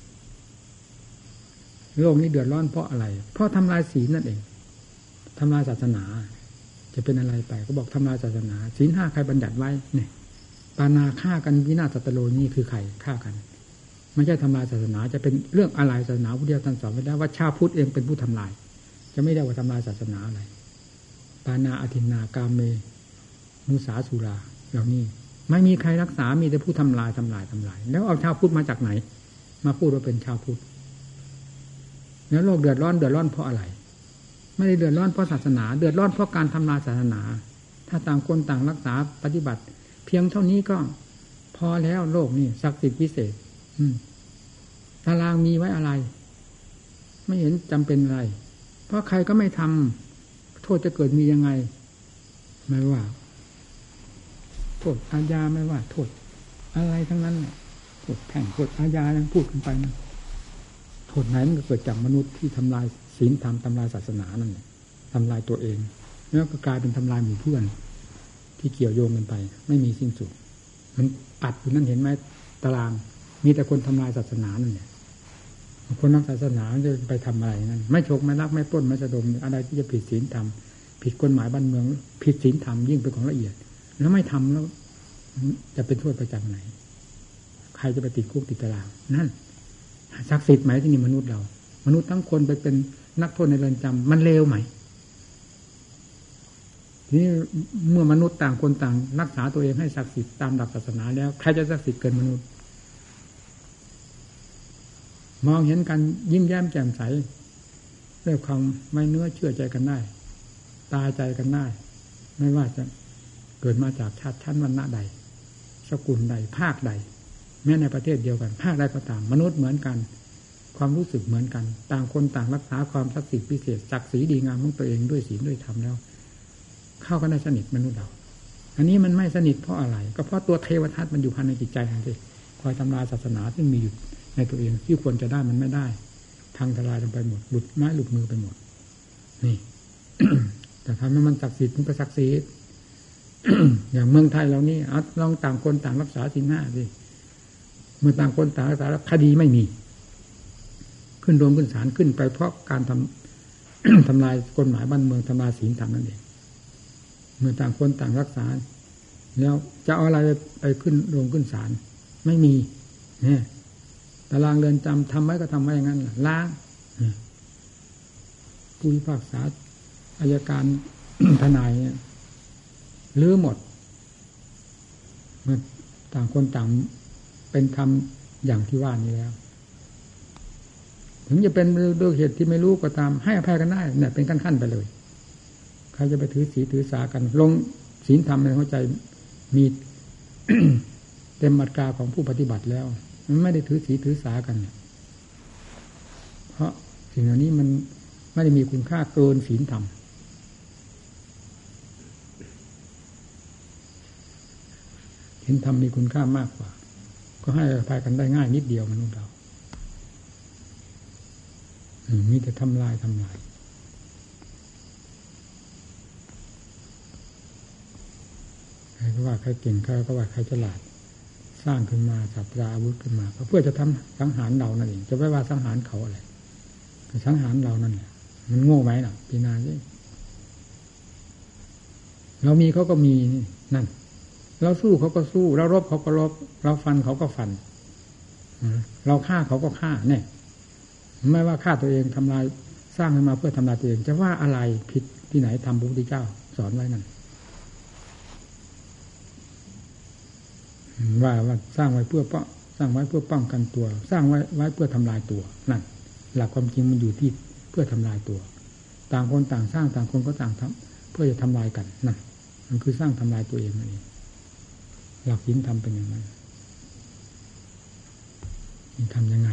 โลกนี้เดือดร้อนเพราะอะไรเพราะทำลายศีลนั่นเองทำลายศาสนาจะเป็นอะไรไปก็บอกทำลายศาสนาศีลห้าใครบัญญัติไว้เนี่ยปานาฆ่ากันวินาศสัตตโลนี่คือใครฆ่ากันไม่ใช่ทำลายศาสนาจะเป็นเรื่องอะไรศาสนาพุทธเจ้าท่านสอนไว้แล้วว่าชาวพุทธเองเป็นผู้ทำลายจะไม่ได้ว่าทำลายศาสนาอะไรปานาอทินนากามเมมุสาสุราเหล่านี้ไม่มีใครรักษามีแต่ผู้ทำลายทำลายทำลายแล้วเอาชาวพุทธมาจากไหนมาพูดว่าเป็นชาวพุทธแล้วโลกเดือดร้อนเดือดร้อนเพราะอะไรไม่ได้เดือดร้อนเพราะศาสนาเดือดร้อนเพราะการทำลายศาสนาถ้าต่างคนต่างรักษาปฏิบัติเพียงเท่านี้ก็พอแล้วโลกนี่ศักดิ์สิทธิ์พิเศษอืมตารางมีไว้อะไรไม่เห็นจำเป็นอะไรเพราะใครก็ไม่ทำโทษจะเกิดมียังไงไม่ว่าโทษอาญาไม่ว่าโทษอะไรทั้งนั้นโทษแพ่งโทษอาญายังพูดกันไปนะโทษไหนมันก็เกิดจากมนุษย์ที่ทำลายศีลธรรมทำลายศาสนานั่นแหละทำลายตัวเองแล้วก็กลายเป็นทำลายหมู่เพื่อนที่เกี่ยวโยงกันไปไม่มีสิ้นสุดมันอัดอยู่นั่นเห็นไหมตารางมีแต่คนทำลายศาสนานั่นแหละคนนักศาสนาจะไปทำอะไรนั่นไม่ฉกไม่ลักไม่ปล้นไม่สะดมอะไรที่จะผิดศีลธรรมผิดกฎหมายบ้านเมืองผิดศีลธรรมยิ่งเป็นของละเอียดแล้วไม่ทำแล้วจะเป็นโทษประจำไหนใครจะไปติดคุกติดตารางนั่นศักดิ์สิทธิ์ไหมที่นี่มนุษย์เรามนุษย์ทั้งคนไปเป็นนักโทษในเรือนจำมันเลวไหมนี่เมื่อมนุษย์ต่างคนต่างรักษาตัวเองให้ศักดิ์สิทธิ์ตามหลักศาสนาแล้วใครจะศักดิ์สิทธิ์เกินมนุษย์มองเห็นกันยิ้มแย้มแจ่มใสด้วยความไม่เนื้อเชื่อใจกันได้ตายใจกันได้ไม่ว่าจะเกิดมาจากชาติชั้นวรรณะใดสกุลใดภาคใดแม้ในประเทศเดียวกันภาคใดก็ตามมนุษย์เหมือนกันความรู้สึกเหมือนกันต่างคนต่างรักษาความศักดิ์สิทธิ์พิเศษศักดิ์ศรีดีงามของตัวเองด้วยศีลด้วยธรรมแล้วเข้ากันได้สนิทมนุษย์เราอันนี้มันไม่สนิทเพราะอะไรก็เพราะตัวเทวทัตมันอยู่ภายในจิตใจทันทีคอยทำลายศาสนาซึ่งมีอยู่ในตัวเองที่ควรจะได้มันไม่ได้พังทลายลงไปหมดหลุดไม้หลุดมือไปหมดนี่ แต่ทำให้มันศักดิ์สิทธิ์มันก็ศักดิ์สิทธิ์ อย่างเมืองไทยเรานี่เอาลองต่างคนต่างรักษาศีลห้าสิเมื่อต่างคนต่างรักษาคดีไม่มีขึ้นโรงขึ้นศาลขึ้นไปเพราะการทำ ทำลายกฎหมายบ้านเมืองทำลายศีลธรรมนั่นเองเมื่อต่างคนต่างรักษาแล้วจะเอาอะไรไปขึ้นโรงขึ้นศาลไม่มีเนี่ยตารางเรือนจำทำไว้ก็ทำไว้อย่างนั้นล้างผู้พิพากษาอัยการ ทนายลื้อหมดเมื่อต่างคนต่างเป็นธรรมอย่างที่ว่านี้แล้วถึงจะเป็นด้วยเหตุที่ไม่รู้ก็ตามให้อภัยกันได้เนี่ยเป็นขั้นๆไปเลยใครจะไปถือศีลถือสากันลงศีลธรรมในหัวใจมี เต็มอัตราของผู้ปฏิบัติแล้วมันไม่ได้ถือศีลถือสากันเนี่ยเพราะสิ่งเหล่านี้มันไม่ได้มีคุณค่าเกินศีลธรรมศีลธรรมมีคุณค่ามากกว่าก็ให้อภัยกันได้ง่ายนิดเดียวมนุษย์เรามีแต่ทำลายทำลายใครก็ว่าใครเก่งใครก็ว่าใครฉลาดสร้างขึ้นมาสับราอาวุธขึ้นมาเพื่อจะทำสังหารเรานั่นเองจะไม่ว่าสังหารเขาอะไรสังหารเรานั่นแหละมันโง่ไหมล่ะพี่นาสิเรามีเขาก็มีนั่นเราสู้เขาก็สู้เรารบเขาก็รบเราฟันเขาก็ฟันเราฆ่าเขาก็ฆ่าเนี่ยไม่ว่าฆ่าตัวเองทำลายสร้างขึ้นมาเพื่อทำลายตัวเองจะว่าอะไรผิดที่ไหนทำพระพุทธเจ้าสอนไว้นั่นว่าว่าสร้างไว้เพื่อป้องสร้างไว้เพื่อป้องกันตัวสร้างไว้ไว้เพื่อทำลายตัวนั่นหลักความจริงมันอยู่ที่เพื่อทำลายตัวต่างคนต่างสร้างต่างคนก็ต่างทำเพื่อจะทำลายกันนั่นมันคือสร้างทำลายตัวเองนั่นเองหลักศีลธรรมเป็นอย่างนั้นยิ่งทำยังไง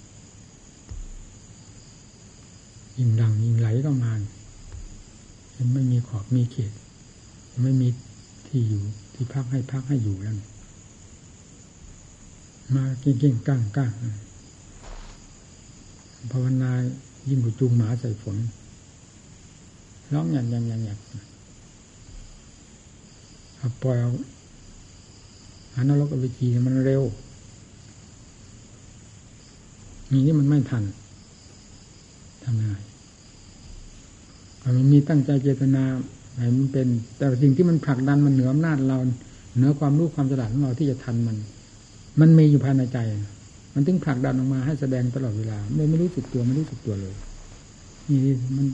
ยิ่งดังยิ่งไหลก็มามันไม่มีขอบมีเขตไม่มีที่อยู่ที่พักให้พักให้อยู่แล้วมาเก่งๆก้างก้างภาวนายิ่งกว่าจูงหมาใส่ฝนร้องหยันหยันหยันหยันปล่อยเอาหานรกอเวจีมันเร็วนี่นี่มันไม่ทันทำไงมันมีตั้งใจเจตนาให้มันเป็นแต่สิ่งที่มันผลักดันมันเหนืออำนาจเราเหนือความรู้ความฉลาดของเราที่จะทันมันมันมีอยู่ภายในใจมันถึงผลักดันออกมาให้แสดงตลอดเวลาไม่ไม่รู้สึกตัวไม่รู้สึกตัวเลยนี่มัน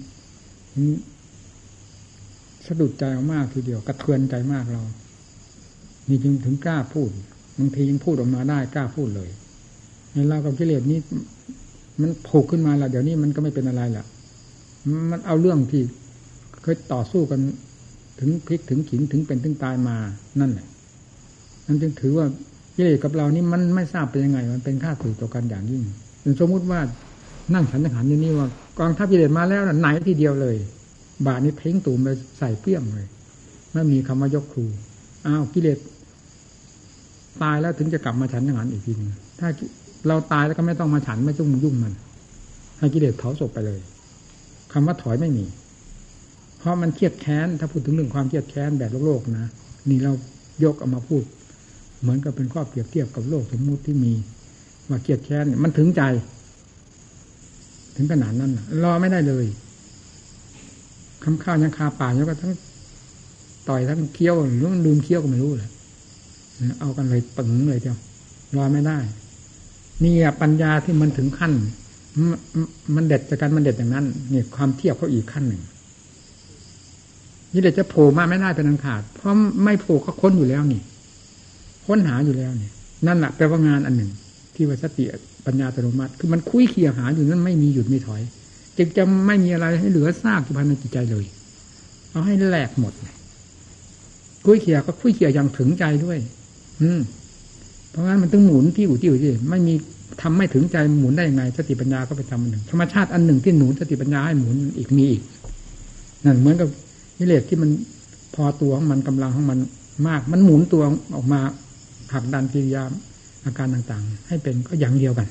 สะดุดใจมากทีเดียวกระเทือนใจมากเรานี่จึงถึงกล้าพูดบางทียังพูดออกมาได้กล้าพูดเลยในเรากับกิเลสนี้มันผูกขึ้นมาแล้วเดี๋ยวนี้มันก็ไม่เป็นอะไรละมันเอาเรื่องที่เคยต่อสู้กันถึงพลิกถึงขินถึงเป็นถึงตายมานั่นแหละมันจึงถือว่ากิเลสกับเรานี่มันไม่ทราบเป็นยังไงมันเป็นข้าศึกต่อกันอย่างยิ่งสมมติว่านั่งฉันจังหันอยู่นี่ว่ากองทัพกิเลสมาแล้วไหนทีเดียวเลยบาทนี้ทิ้งตูมไปใส่เปี้ยงเลยไม่มีคำว่ายกครูอ้าวกิเลสตายแล้วถึงจะกลับมาฉันจังหันอีกทีนึงถ้าเราตายแล้วก็ไม่ต้องมาฉันไม่ต้องยุ่งมันให้กิเลสเผาศพไปเลยคำว่าถอยไม่มีเพราะมันเครียดแค้นถ้าพูดถึงเรื่องความเครียดแค้นแบบโลกๆนะนี่เรายกเอามาพูดเหมือนกับเป็นข้อเปรียบเทียบกับโลกสมมุติที่มีว่าเครียดแค้นมันถึงใจถึงขนาดนั้นรอไม่ได้เลยคำข้าวยังคาปากแล้วก็ทั้งต่อยทั้งเคี้ยวหรือลืมเคี้ยวก็ไม่รู้เลยเอากันเลยปึ๋งเลยเดียวรอไม่ได้นี่ปัญญาที่มันถึงขั้นมันเด็ดจากกันมันเด็ดอย่างนั้นนี่ความเทียบเขาอีกขั้นหนึ่งนี่เด็ดจะโผล่มาไม่ได้เป็นอันขาดเพราะไม่โผล่ก็ค้นอยู่แล้วนี่ค้นหาอยู่แล้วนี่นั่นแหละแปลว่างานอันหนึ่งที่ว่าสติปัญญาอัตโนมัติคือมันคุยเคียหาอยู่นั้นไม่มีหยุดไม่ถอยจึงจะไม่มีอะไรให้เหลือซากอยู่ภายในจิตใจเลยเอาให้แหลกหมดคุยเคียก็คุยเคียอย่างถึงใจด้วยอืมเพราะงั้นมันต้องหมุนที่อยู่ที่อยู่ที่ไม่มีทำไม่ถึงใจหมุนได้ยังไงสติปัญญาก็ไปทำอันหนึ่งธรรมชาติอันหนึ่งที่หนุนสติปัญญาให้หมุนอีกมีอีกนั่นเหมือนกับกิเลสที่มันพอตัวของมันกำลังของมันมากมันหมุนตัวออกมาผลักดันกิริยาอาการต่างๆให้เป็นก็อย่างเดียวกัน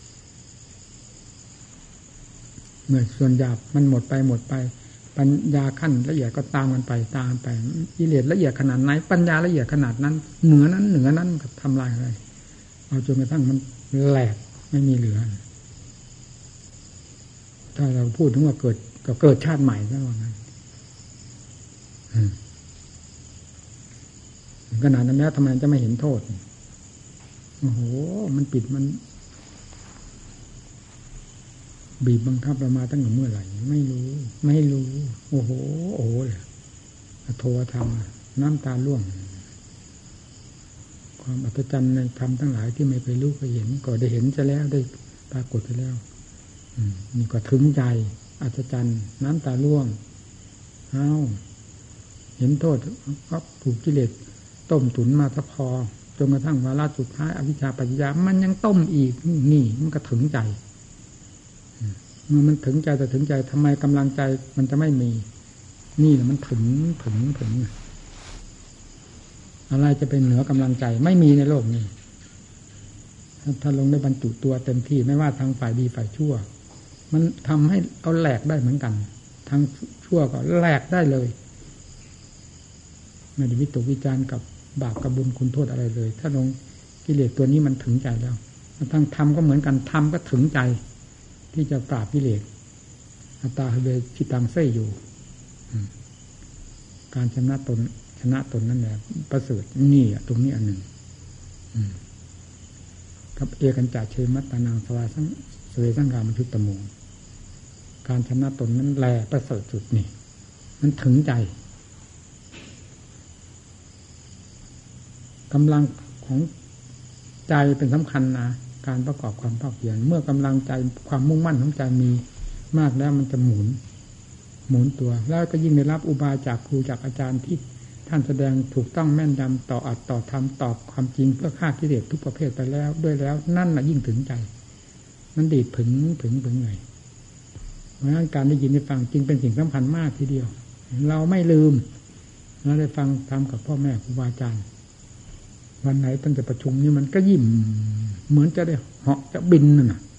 เมื่อส่วนหยาบมันหมดไปหมดไปปัญญาขั้นละเอียดก็ตามกันไปตามไปกิเลสละเอียดขนาดไหนปัญญาละเอียดขนาดนั้นเหนือนั้นเหนือนั้นกับทำลายอะไรเอาจนกระทั่งมันแหลกไม่มีเหลือถ้าเราพูดถึงว่าเกิดก็เกิดชาติใหม่แล้วนั้นขนาดนั้นแล้วทำไมจะไม่เห็นโทษโอ้โหมันปิดมันบีบบังคับเรามาตั้งแต่เมื่อไหร่ไม่รู้ไม่รู้โอ้โหโอ้โหเลยโทธรรมน้ำตาล่วงความอัศจรรย์ในธรรมทั้งหลายที่ไม่เคยรู้เคยเห็นก็ได้เห็นซะแล้วได้ปรากฏไปแล้วนี่ก็ถึงใจอัศจรรย์น้ำตาล่วงเอ้าเห็นโทษก็ถูกกิเลสต้มตุ๋นมาซะพอจนกระทั่งวาระสุดท้ายอวิชชาปัจจยามันยังต้มอีกนี่มันก็ถึงใจเมื่อมันถึงใจแต่ถึงใจทำไมกำลังใจมันจะไม่มีนี่แหละมันถึงถึงถึงอะไรจะเป็นเหนือกำลังใจไม่มีในโลกนี้ถ้าลงได้บรรจุตัวเต็มที่ไม่ว่าทางฝ่ายดีฝ่ายชั่วมันทำให้เอาแหลกได้เหมือนกันทางชั่วก็แหลกได้เลยไม่ได้วิตกวิจารณ์กับบาปกับบุญคุณโทษอะไรเลยถ้าลงกิเลสตัวนี้มันถึงใจแล้วทางธรรมก็เหมือนกันธรรมก็ถึงใจที่จะปราบกิเลสอัตตาเวชิตังเสยอยู่การชนะตนชนะตนนั่นแหละประเสริฐนี่ตรงนี้อันหนึ่งกับเอกันจ่าเชมัตตานังสวาสังสเวสังกามันทุตตโมการชนะตนนั้นแลประเสริฐสุดนี่มันถึงใจกำลังของใจเป็นสำคัญนะการประกอบความภาคเพียรเมื่อกำลังใจความมุ่งมั่นของใจมีมากแล้วมันจะหมุนหมุนตัวแล้วก็ยิ่งได้รับอุบายจากครูจากอาจารย์ที่ท่านแสดงถูกต้องแม่นยำต่ออัดต่อทำตอบความจริงเพื่อฆ่ากิเลสทุกประเภทไปแล้วด้วยแล้วนั่นน่ะยิ่งถึงใจมันดีดผึ่งผึ่งผึ่งเลยเพราะฉะนั้นการได้ยินได้ฟังจริงเป็นสิ่งสำคัญมากทีเดียวเราไม่ลืมเราได้ฟังทำกับพ่อแม่ครูบาอาจารย์วันไหนตั้งแต่ประชุมนี่มันก็ยิ้มเหมือนจะได้เหาะจะบินน่ะ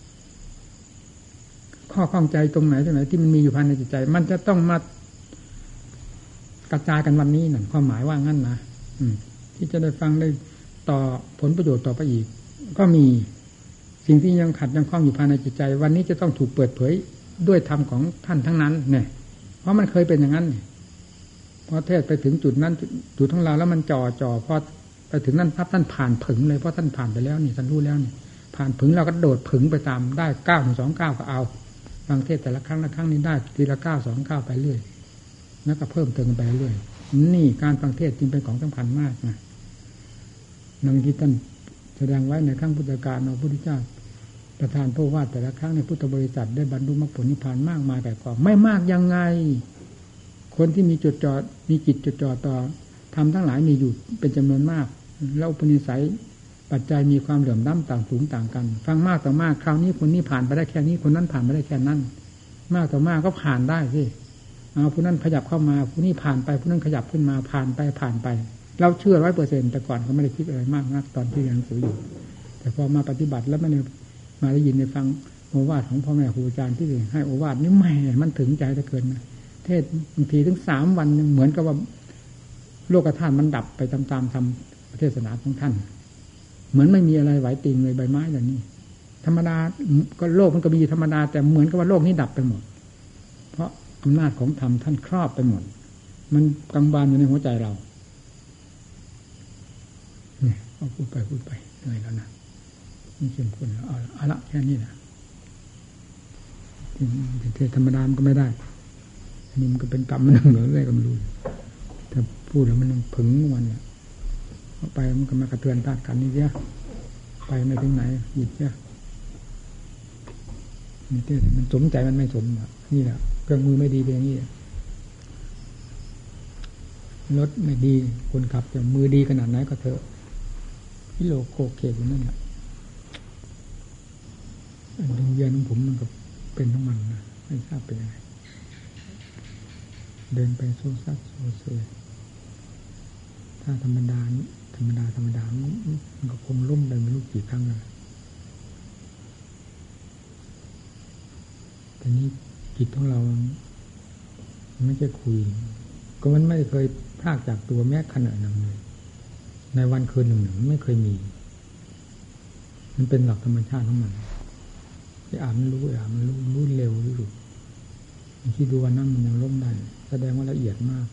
ข้อข้องใจตรงไหนตรงไหนที่มันมีอยู่ภายในจิตใจมันจะต้องมากระจายกันวันนี้นั่นความหมายว่างั้นนะที่จะได้ฟังได้ต่อผลประโยชน์ต่อไปอีกก็มีสิ่งที่ยังขัดยังคล้องอยู่ภายในจิตใจวันนี้จะต้องถูกเปิดเผยด้วยธรรมของท่านทั้งนั้นเนี่ยเพราะมันเคยเป็นอย่างนั้นพอเทศไปถึงจุดนั้นจุดของเราแล้วมันจ่อจ่อพอไปถึงนั้นปั๊บท่านผ่านผึ่งเลยเพราะท่านผ่านไปแล้วนี่ท่านรู้แล้วนี่ผ่านผึ่งเราก็โดดผึ่งไปตามได้เก้าถึงสองเก้าก็เอาฟังเทศแต่ละครั้งละครั้งนี้ได้ทีละเก้าสองเก้าไปเรื่อยแล้วก็เพิ่มเติมไปเรื่อยนี่การฟังเทศจึงเป็นของสำคัญมากนะนังที่ท่านแสดงไว้ในครั้งพุทธกาลพระพุทธเจ้าประทานพระวาทแต่ละครั้งในพุทธบริษัทได้บรรลุมรรคผลนิพพานมากมายแต่ก่อนไม่มากยังไงคนที่มีจุดจ่อมีจิตจุดจ่อต่อทำทั้งหลายมีอยู่เป็นจำนวนมากแล้วอุปนิสัยปัจจัยมีความเหลื่อมล้ำต่างสูงต่างกันฟังมากต่อมากคราวนี้คนนี้ผ่านไปได้แค่นี้คนนั้นผ่านไปได้แค่นั้นมากต่อมากก็ผ่านได้สิเอาผู้นั้นขยับเข้ามาผู้นี้ผ่านไปผู้นั้นขยับขึ้นมาผ่านไปผ่านไปเราเชื่อร้อยเปอร์เซ็นต์แต่ก่อนก็ไม่ได้คิดอะไรมากนักตอนที่เรียนหนังสืออยู่แต่พอมาปฏิบัติแล้วมันมาได้ยินได้ฟังโอวาทของพ่อแม่ครูอาจารย์ที่ให้โอวาทนี่แหมมันถึงใจเหลือเกินนะเทศบางทีถึงสามวันเหมือนกับว่าโลกธาตุมันดับไปตามๆทำเทศนาของท่านเหมือนไม่มีอะไรไหวติงเลยใบไม้แบบนี้ธรรมดาก็โลกมันก็มีธรรมดาแต่เหมือนกับว่าโลกนี้ดับไปหมดเพราะอำนาจของธรรมท่านครอบไปหมดมันกังวานอยู่ในหัวใจเราเนี่ยเอาพูดไปพูดไปเหนื่อยแล้วนะนี่เข้มข้นแล้วเอาเอาละแค่นี้นะเทศธรรมดามันก็ไม่ได้อันนี้มันก็เป็นกรรมมันหนึ่งเหลืออะไรก็ไม่รู้ถ้าพูดแล้วมันผึ่งวันเนี่ยไปมันก็มากระเทือนธาตุขันธ์นี่เสียไปไม่ถึงไหนหยิบเสียนี่เทศมันสมใจมันไม่สมนี่แหละเครื่องมือไม่ดีเป็นอย่างนี้รถไม่ดีคนขับแต่มือดีขนาดไหนก็เถอะพิโลโกเกตอยู่นั่นแหละดวงเวียนของผมมันก็เป็นทั้งมันนะไม่ทราบเป็นยังไงเดินไปโซซัดโซเซถ้าธรรมดาธรรมดาธรรมดามันก็คงล้มไปไม่รู้กี่ครั้งแล้วแต่นี้จิตของเราไม่ใช่คุยก็มันไม่เคยพลากจากตัวแม้ขณะหนึ่งเลยในวันคืนหนึ่งหนึ่งไม่เคยมีมันเป็นหลักธรรมชาติของมันไอ้อ่านมันรู้ไอ้อ่านมันรู้รู้เร็วที่สุดคิดดูว่านั่นมันยังล้มได้แสดงว่าละเอียดมาก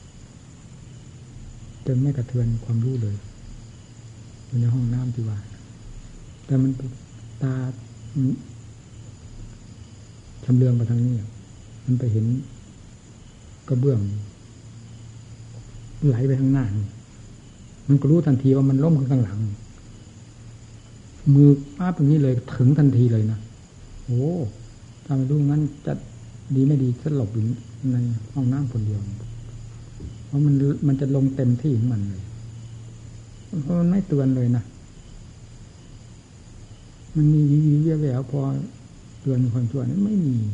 จนไม่กระเทือนความรู้เลยอยู่ในห้องน้ำที่ว่าแต่มันตาชำเลืองไปทางนี้มันไปเห็นกระเบื้องไหลไปข้างหน้ามันก็รู้ทันทีว่ามันล้มขึ้นข้างหลังมือป้าตรงนี้เลยถึงทันทีเลยนะโอ้ถ้าไม่รู้งั้นจะดีไม่ดีจะหลบอยู่ในห้องน้ำคนเดียวเพราะมันมันจะลงเต็มที่ของมันเลยเพราะมันไม่เตือนเลยนะมันมีวิวแววพอเตือนคนชั่วนั้นไม่มี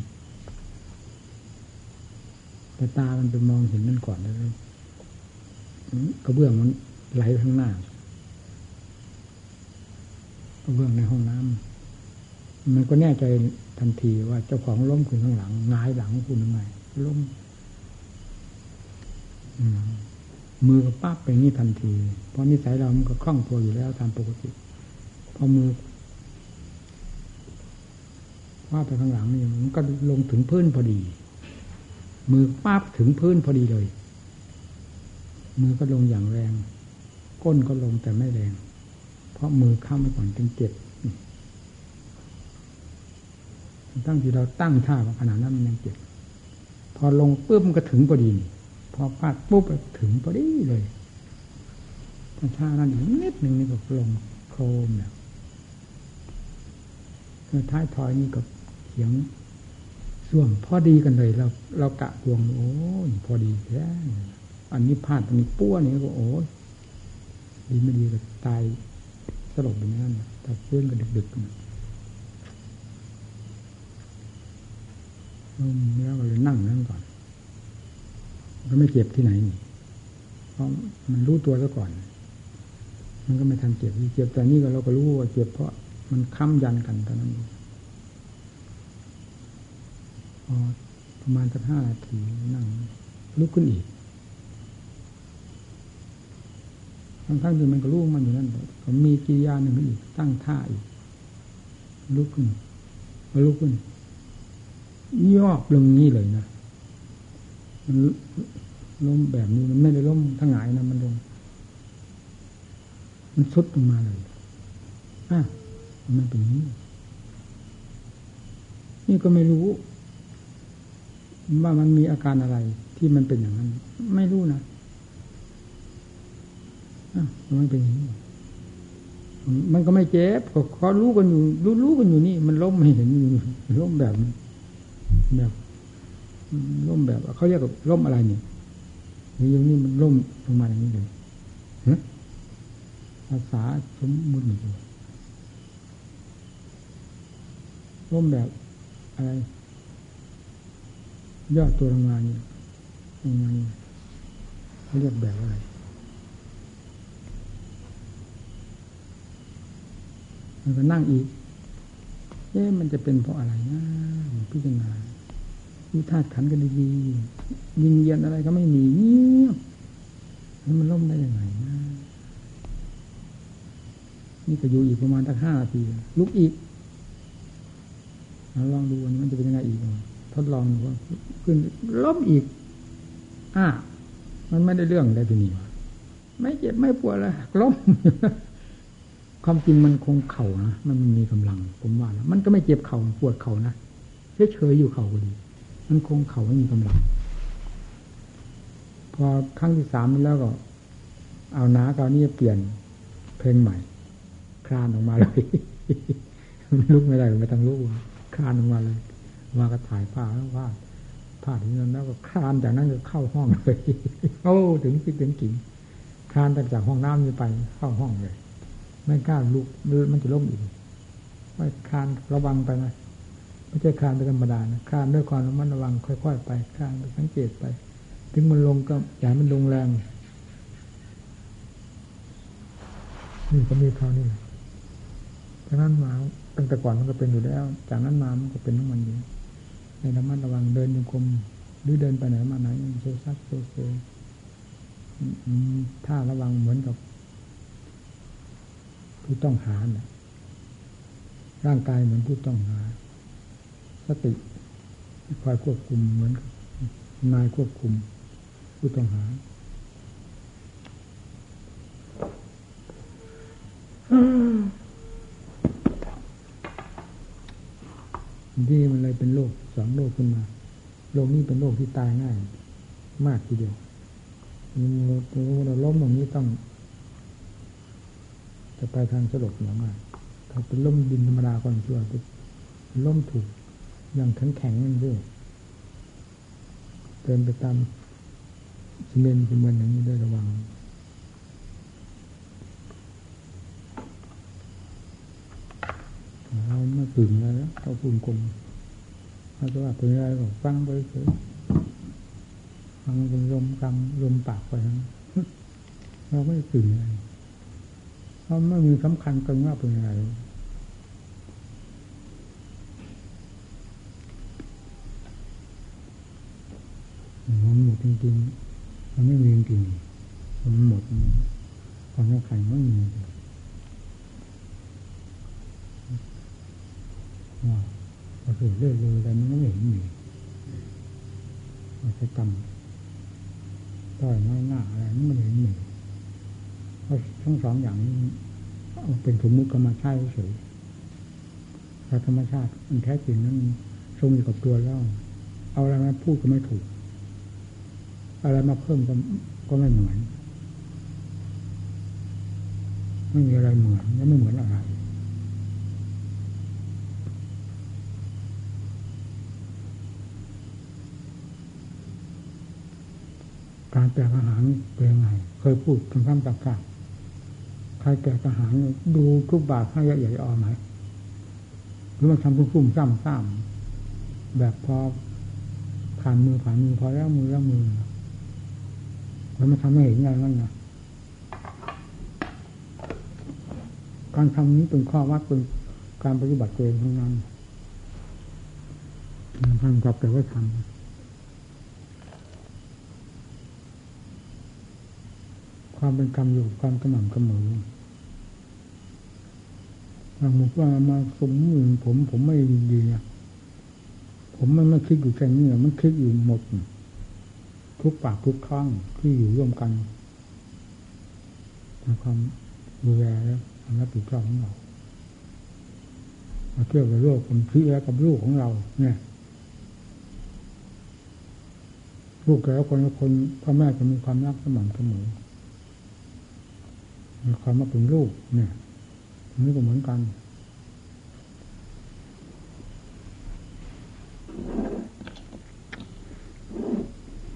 แต่ตามันไปมองเห็นนั่นก่อนแล้วกระเบื้องมันไหลข้างหน้ากระเบื้องในห้องน้ำมันก็แน่ใจทันทีว่าเจ้าของล้มขึ้นข้างหลังหงายหลังคุณทำไมล้มมือก็ปั๊บไปนี่ทันทีเพราะนิสัยเรามันก็คล่องตัวอยู่แล้วตามปกติพอมือว่าไปข้างหลังนี่มันก็ลงถึงพื้นพอดีมือปั๊บถึงพื้นพอดีเลยมือก็ลงอย่างแรงก้นก็ลงแต่ไม่แรงเพราะมือเข้าไปก่อนจนเจ็บตั้งที่เราตั้งท่าขนาดนั้นมันยังเจ็บพอลงปุ๊บมันก็ถึงพอดีพอฟาดปุ๊บถึงพอดีเลยท่านั้นนิดหนึ่งนี่ก็ลงโครมเนี่ยท้ายทอยนี่ก็เขียงส่วงพอดีกันเลยเราเรากะดวงโอ้ยพอดีแท้อันนี้พลาดอันนี้ปั้วนี่ก็โอ้ยดีไม่ดีก็ตายสลบอย่างนั้นแต่เพื่อนก็ดึกๆแล้วก็เลยนั่งนั่งก่อนก็ไม่เจ็บที่ไหนนี่เพราะมันรู้ตัวซะก่อนมันก็ไม่ทันเจ็บที่เจ็บแต่นี่ก็เราก็รู้ว่าเจ็บเพราะมันค้ำยันกันตอนนั้นพอประมาณสักห้านาทีนั่งลุกขึ้นอีกทั้งๆที่มันก็รู้มันอยู่นั่นก็มีกิริยาหนึ่งอีกตั้งท่าอีกลุกขึ้นพอลุกขึ้นย่อลงนี้เลยนะมันล้มแบบนี้มันไม่ได้ล้มทั้งหงายนะมันลงมันซุดลงมาเลยอ่ะมันเป็นนี้นี่ก็ไม่รู้ว่ามันมีอาการอะไรที่มันเป็นอย่างนั้นไม่รู้นะอ่ะมันเป็นอย่างนี้มันก็ไม่เจ็บก็เขารู้กันอยู่รู้รู้กันอยู่นี่มันล้มไม่เห็นล้มแบบแบบล้มแบบเขาเรียกว่าล้มอะไรนี่อย่างนี้มันล้มลงมาอย่างนี้เลยฮะภาษาสมมุติร่มแบบอะไรย่อตัวลงมานี่ลงมานี่เขาเรียกแบบอะไรมันก็นั่งอีกเอ๊ะมันจะเป็นเพราะอะไรนะพิจารณาดูธาตุขันธ์กันดีๆยิงเยียนอะไรก็ไม่มีเงียบแล้วมันล่มได้ยังไงนะนี่ก็อยู่อีกประมาณตั้งห้านาทีลุกอีกเราลองดูวันนี้มันจะเป็นยังไงอีกทดลองดูว่าขึ้นล้มอีกอ่ะมันไม่ได้เรื่องอะไรทีนี้วะไม่เจ็บไม่ปวดเลยล้ม ความจริงมันคงเข่านะมันมีกำลังผมว่านะมันก็ไม่เจ็บเข่าปวดเข่านะเฉยๆอยู่เข่าก็ดีมันคงเข่าไม่มีกำลังพอครั้งที่สามแล้วก็เอาหนาคราวนี้เปลี่ยนเพลงใหม่คลานออกมาเลยลุกไม่ได้ไม่ต้องลุกคลานออกมาเลยมาก็ถ่ายผ้าแล้วว่าผ้าถึงนั้นแล้วก็คลานจากนั้นก็เข้าห้องเลยโอ้ถึงที่ถึงกิ่งคลานจากห้องน้ำนี่ไปเข้าห้องเลยไม่กล้าลุกมันจะล้มอีกไม่คลานระวังไปนะไม่ใช่คลานเป็นธรรมดานะคลานด้วยความระมัดระวังค่อยๆไปคลานไปสังเกตไปถึงมันลงก็อย่ามันลงแรงนี่ก็มีคราวนี้จากนั้นมาตั้งแต่ก่อนมันก็เป็นอยู่แล้วจากนั้นมามันก็เป็นทั้งมันอยู่ในระมัดระวังเดินโยกมหรือเดินไปไหนมาไหนโซซัดโซเซถ้าระวังเหมือนกับผู้ต้องหาเนี่ยร่างกายเหมือนผู้ต้องหาสติคอยควบคุมเหมือนนายควบคุมผู้ต้องหาที่มันเลยเป็นโรคสองโรคขึ้นมาโรคนี้เป็นโรคที่ตายง่ายมากทีเดียวเราล้มตรงนี้ต้องจะไปทางสลบอย่างมากถ้าเป็นล้มดินธรรมดาก่อนชั่วล้มถูกอย่างแข็งแข็งนั่นด้วยเดินไปตามซีเมนต์ซีเมนต์อย่างนี้ด้วยระวังเราไม่ตื่นแล้วเราภูมิกลมเราจะว่าเป็นอะไรก็ฟังไปเฉยฟังเป็นลมกำลมปากไปนะเราไม่ตื่นอะไรเพราะไม่มีสำคัญกันว่าเป็นอะไรมันหมดจริงๆมันไม่มีจริงๆมันหมดความสำคัญไม่มีว่าเราเกิดเรื่อยๆอะไรมันไม่เห็นมีเราจะจำต่อยน้อยหน้าอะไรมันไม่เห็นมีเพราะทั้งสองอย่างนี้เอาเป็นสมมุติก็มาใช้เฉยแต่ธรรมชาติมันแท้จริงนั้นทรงอยู่กับตัวแล้วเอาอะไรมาพูดก็ไม่ถูกอะไรมาเพิ่มก็ก็ไม่เหมือนไม่มีอะไรเหมือนและไม่เหมือนอะไรการแปลอาหารเป็นยังไงเคยพูดคำคำตักกะใครแปลอาหารดูทุกบาทให้ใหญ่ๆอ่อนไหมหรือมันทำฟุ้งๆซ้ำๆแบบพอผ่านมือผ่านมือพอแล้วมือแล้วมือแล้วมันทำให้เห็นไงนั่นนะการทำนี้เป็นข้อวัดเป็นการปฏิบัติตัวเองทั้งนั้นทำกับแต่ว่าทำความเป็นกรรมอยู่ความสม่ำเสมอบางคนว่ามาสมมือผมผมไม่ยินดีอ่ะผมมันไม่คิดอยู่แค่นี้มันคิดอยู่หมดทุกปากทุกครั้งที่อยู่ร่วมกันในความดูแลและความรับผิดชอบของเรามาเที่ยวกับโลกคนคิดแล้วกับลูกของเราเนี่ยลูกแต่ละคนละคนพ่อแม่จะมีความรักสม่ำเสมอมีความมาเป็นลูกเนี่ยอันนี้ก็เหมือนกัน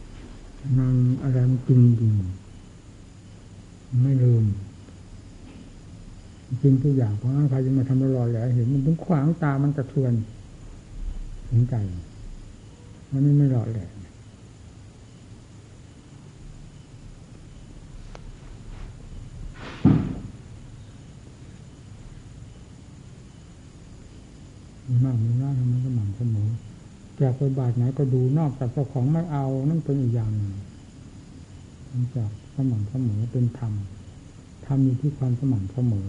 งานอะไรมันจริงจริงไม่ลืมจริงทุกอย่างเพราะใครจะมาทำตลอดแหละเห็นมันถึงขวางตามันกระเทือนถึงใจมันนี่ไม่หลอดแหละมากมันน้อยมันก็หมั่นเสมอจากไปบาทไหนก็ดูนอกจากเจ้าของไม่เอานั่นเป็นอีกอย่างหนึ่งมันจากสม่ำเสมอเป็นธรรมธรรมอยู่ที่ความสม่ำเสมอ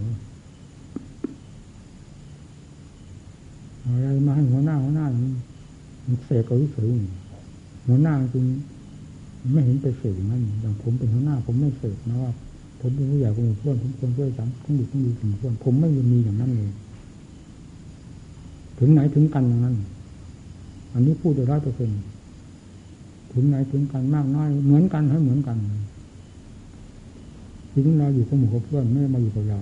อะไรมาให้หัวหน้าหัวหน้ามันเสกเอาวิสุทธิ์หัวหน้าจริงไม่เห็นไปเสกอย่างนั้นอย่างผมเป็นหัวหน้าผมไม่เสกนะว่าผมเป็นผู้ใหญ่ผมเป็นเพื่อนผมควรช่วยสามต้องดีต้องดีถึงเพื่อนผมไม่มีอย่างนั้นเลยถึงไหนถึงกันอย่างนั้นอันนี้พูดโดยร้อยเปอร์เซ็นต์ถึงไหนถึงกันมากน้อยเหมือนกันให้เหมือนกันถึงเราอยู่กับหมู่กับเพื่อนไม่มาอยู่กับเรา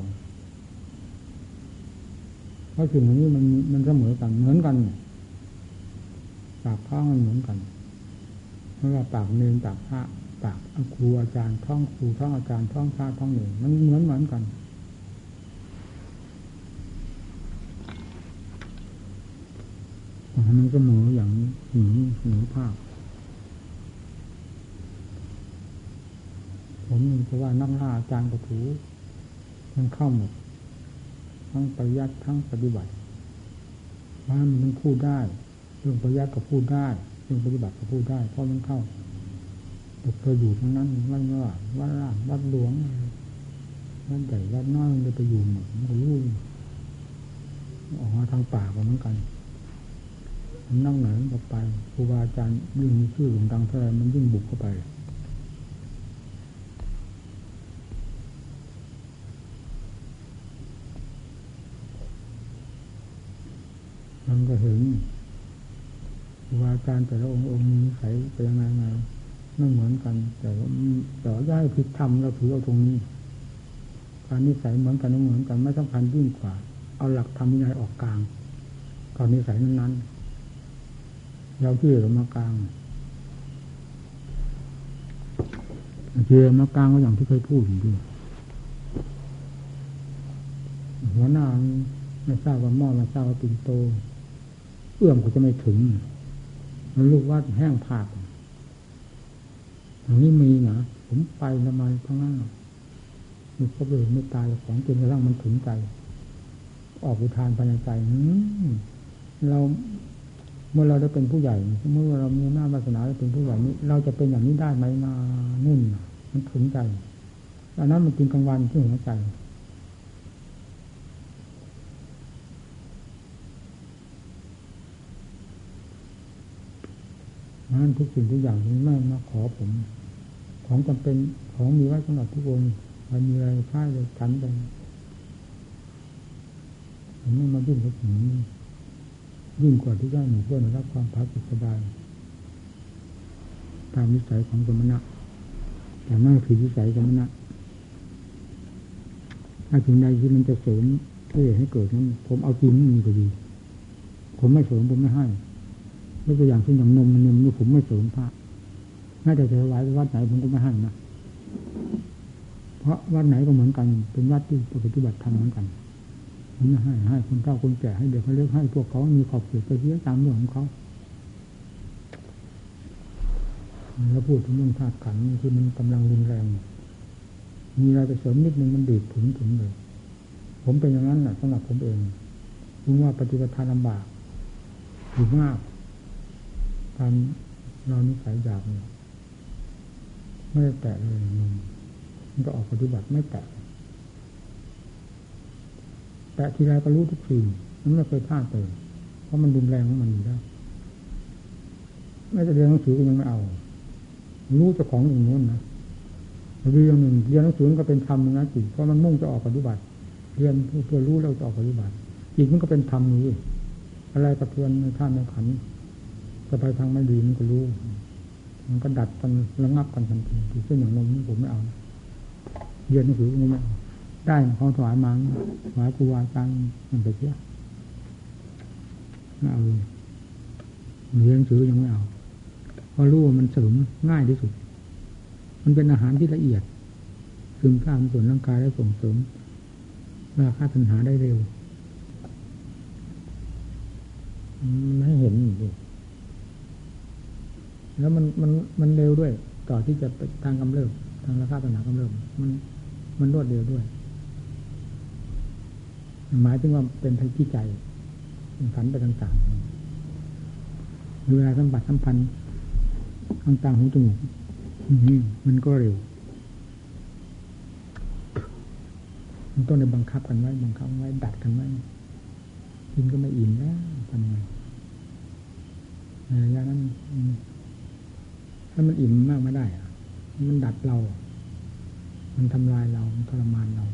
เพราะสิ่งนี้มันมันเสมอกันเหมือนกันปากท้องมันเหมือนกันเพราะว่าปากเนรปากพระปากครูอาจารย์ท้องครูท้องอาจารย์ท้องพระท้องเนรมันเหมือนเหมือนกันมันเสมออย่างหนีหนีภาพผมนี่จะว่านักล่าอาจารย์กระถูมันเข้าหมดทั้งปริยัติทั้งปฏิบัติว่ามันพูดได้เรื่องปริยัติก็พูดได้เรื่องปฏิบัติก็พูดได้เพราะมันเข้าแต่เคยอยู่ทั้งนั้นไม่ว่าวัดล่างวัดหลวงวัดใหญ่วัดน้อยมันจะไปอยู่หมดมันก็รู้ออกมาทางป่าก็เหมือนกันมันนั่งไหนก็ไปครูบาอาจารย์ยิ่งมีชื่อหลวงดังเท่าไรมันยิ่งบุกเข้าไปมันก็เห็นครูบาอาจารย์แต่ละองค์องค์มีนิสัยเป็นยังไงไงไม่เหมือนกันแต่ว่าแต่ว่าย้ายผิดธรรมเราถือเอาตรงนี้การนิสัยเหมือนกันไม่เหมือนกันไม่สำคัญยิ่งกว่าเอาหลักธรรมวินัยออกกลางก่อนนิสัยนั้นๆเราที่เรามากลางเชื่อมากลางก็อย่างที่เคยพูดอยู่ด้วยหัวหน้าไม่ทราบว่าหม้อไม่ทราบว่าปิ่นโตเอื้อมก็จะไม่ถึงมันลูกวัดแห้งผากอย่างนี้มีนะผมไปทำไมทั้งนั้นมีพระเบิดไม่ตายของจนกระทั่งมันถึงใจออกอุทานภายในใจเราเมื่อเราได้เป็นผู้ใหญ่เมื่อเรามีหน้าวาสนาได้เป็นผู้ใหญ่นี้เราจะเป็นอย่างนี้ได้ไหมมานุ่นมันถึงใจอันนั้นมันกินกลางวันที่หัวใจนั่นทุกสิ่งทุกอย่างนี้ไม่มาขอผมของจำเป็นของมีไว้สำหรับทุกคนมันมีอะไรค่ายเลยฉันไปผมไม่มายุ่งกับผมยิ่งกว่าที่ได้หมู่เพื่อนรับความพักสบายตามนิสัยของสมณะแต่ไม่คือนิสัยสมณะถ้าถึงใดที่มันจะเสริมเพื่อให้เกิดนั้นผมเอาจริงมีก็ดีผมไม่เสริมผมไม่ให้ยกตัวอย่างเช่นอย่างนมนมนี่ผมไม่เสริมพระแม้แต่จะถวายวัดไหนผมก็ไม่ให้นะเพราะวัดไหนก็เหมือนกันเป็นวัดที่ปฏิบัติธรรมเหมือนกันผมไม่ให้ให้คนเฒ่าคนแก่ให้เด็กเขาเลือกให้พวกเขามีขอบเขตไปเยอะตามเรื่องของเขาแล้วพูดถึงเรื่องธาตุขันธ์ที่มันกำลังรุนแรงมีอะไรไปเสริมนิดนึงมันดีดถึงถึงเลยผมเป็นอย่างนั้นแหละสำหรับผมเองรู้ว่าปฏิบัติธรรมลำบากอยู่มากตามเรานิสัยหยาบเนี่ยไม่ได้แตะเลยมันก็ออกปฏิบัติไม่แตะแตะทีไรก็รู้ทุกสิ่งมันไม่เคยพลาดเลยเพราะมันรุนแรงของมันอยู่แล้วไม่จะเรียนหนังสือก็ยังไม่เอารู้เจ้าของอย่างนู้นนะเรียนหนึ่งเรียนหนังสือก็เป็นธรรมนะจิตเพราะมันมุ่งจะออกปฏิบัติเรียนเพื่อรู้แล้วจะออกปฏิบัติจิตมันก็เป็นธรรมนี่อะไรกระเทือนในท่านในขันจะไปทางไม่ดีมันก็รู้มันก็ดัดกันระงับกันทันทีเช่นอย่างนมนี่ผมไม่เอาเรียนหนังสือก็ไม่เอาได้ของถวายมังถวายครูอาจารย์มันไปเที่ยวไม่เอาเรียนหนังสือยังไม่เอาเพราะรู้ว่ามันเสริมง่ายที่สุดมันเป็นอาหารที่ละเอียดซึมซาบส่วนร่างกายและส่งเสริมราคะตัณหาได้เร็วมันให้เห็นดิแล้วมันมันมันเร็วด้วยต่อที่จะไปทางกำเริบทางราคะตัณหากำเริบมันมันรวดเร็วด้วยหมายถึงว่าเป็นภัยที่ใจมันผันไปต่างๆเวลาสัมผัสสัมพันธ์ต่างๆของจมูกมันก็เร็วมันต้องในบังคับกันไว้บังคับไว้ดัดกันไว้กินก็ไม่อิ่มแล้วทำไงในระยะนั้นถ้ามันอิ่มมากไม่ได้อะมันดัดเรามันทำลายเรามันทรมานเรา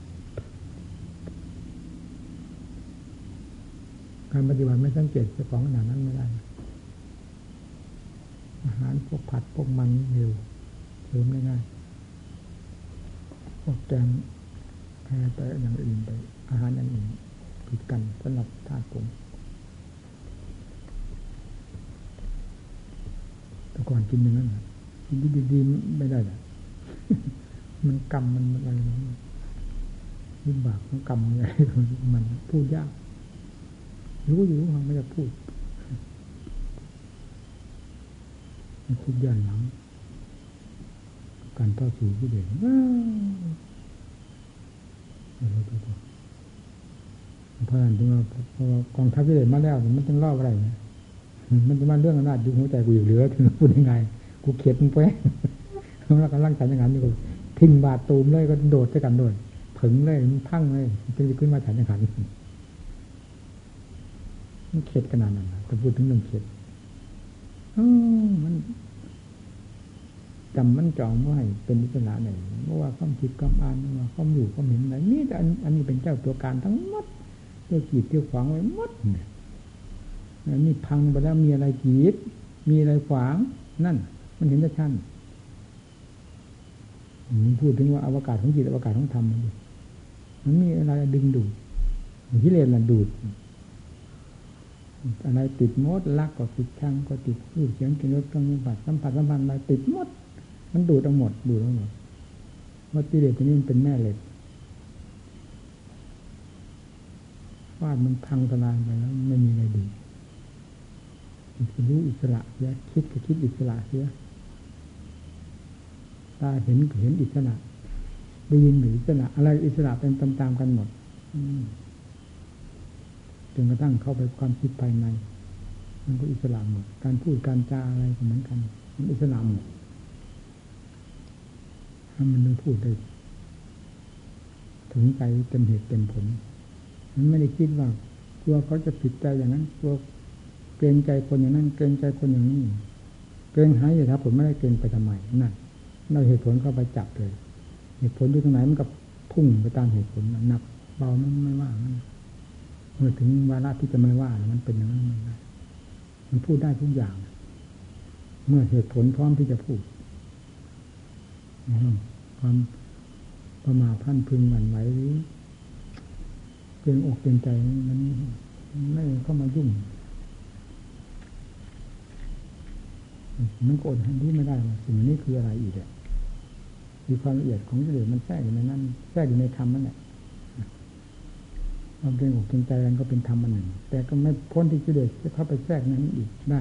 การปฏิบัติไม่สังเกตเจ้าของขนาดนั้นไม่ได้อาหารพวกผัดพวกมันเร็วเติมได้ง่ายพวกแกงแพ้ไปอย่างอื่นไปอาหารอย่างอื่นผิดกันสำหรับธาตุผมแต่ก่อนกินอย่างนั้นกินดีๆไม่ได้แหละมันกรรมมันอะไรวิบากของกรรมอะไรมันพูดยากรู้อยู่ว่าไม่จะพูดมันคิดย้อนหลังการต่อสู้ที่เด่นว้าวเพราะฉะนั้นถึงว่าพอกองทัพที่เด่นมาแล้วมันต้องเล่าอะไรนะมันจะมาเรื่องอำนาจอยู่หัวใจกูอยู่เหลือถึงพูดยังไงกูเข็ดมึงไปแล้วกำลังฉันอย่างนั้นอยู่ทิ้งบาดตูมเลยก็โดดด้วยกันโดดผึ่งเลยมันพังเลยจะขึ้นมาฉันอย่างนั้นมันเข็ดขนาดนั้นแต่พูดถึงเรื่องเข็ดมันจำมันจองว่าให้เป็นอิสระไหนเพราะว่าความคิดความอ่านว่าความอยู่ความเห็นไหนนี่แต่อันนี้เป็นเจ้าตัวการทั้งหมดเที่ยวกีดเที่ยวขวางไว้หมดเนี่ยนี่พังไปแล้วมีอะไรกีดมีอะไรขวางนั่นมันเห็นได้ชัดมันพูดถึงว่าอวกาศของจิตอวกาศของธรรมมันมันมีอะไรดึงดูดกิเลสละดูดอะไรติดมดรักก็ติดชังก็ติดรูปเสียงกลิ่นรสเครื่องสัมผัสสัมผัสสัมพันธ์อะไรติดมดมันดูดเอาหมดดูดเอาหมดว่ากิเลสตัวนี้มันเป็นแม่เหล็กฟาดมันพังทลายไปแล้วไม่มีอะไรดีรู้อิสระเสียคิดก็คิดอิสระเสียตาเห็นก็เห็นอิสระได้ยินหรืออิสระอะไรอิสระเป็นตามๆกันหมดจนกระทั่งเข้าไปความคิดภายในมันก็อิสระหมดการพูดการจาอะไรก็เหมือนกันมันอิสระหมดถ้ามันนึกพูดได้ถึงใจเต็มเหตุเต็มผลมันไม่ได้คิดว่ากลัวเขาจะผิดใจอย่างนั้นกลัวเกรงใจคนอย่างนั้นเกรงใจคนอย่างนี้เกรงหายอยู่ครับผมไม่ได้เกรงไปทำไมนั่นเราเหตุผลเข้าไปจับเลยเหตุผลอยู่ตรงไหนมันก็พุ่งไปตามเหตุผลหนักเบามันไม่ว่ามันเมื่อถึงวาระที่จะไม่ว่ามันเป็นอย่างนั้นมันพูดได้ทุกอย่างเมื่อเหตุผลพร้อมที่จะพูดความประมาทพลั้นพึงหวั่นไหวหรือเกรงอกเกรงใจมันไม่เข้ามายุ่งมันก็อดที่ไม่ได้สิ่งนี้คืออะไรอีกอ่ะมีความละเอียดของกิเลสมันแทรกอยู่ในนั้นแทรกอยู่ในธรรมนั่นแหละความเกรงอกเกรงใจกันก็เป็นธรรมอันหนึ่งแต่ก็ไม่พ้นที่กิเลสจะเข้าไปแทรกนั้นอีกได้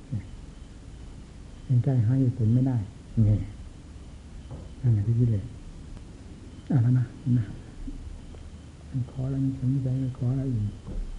เกรงใจหาเหตุผลไม่ได้ไงนั่นแหละที่กิเลสอ่ะแล้วนะนะขออะไรสนใจขออะไรอีก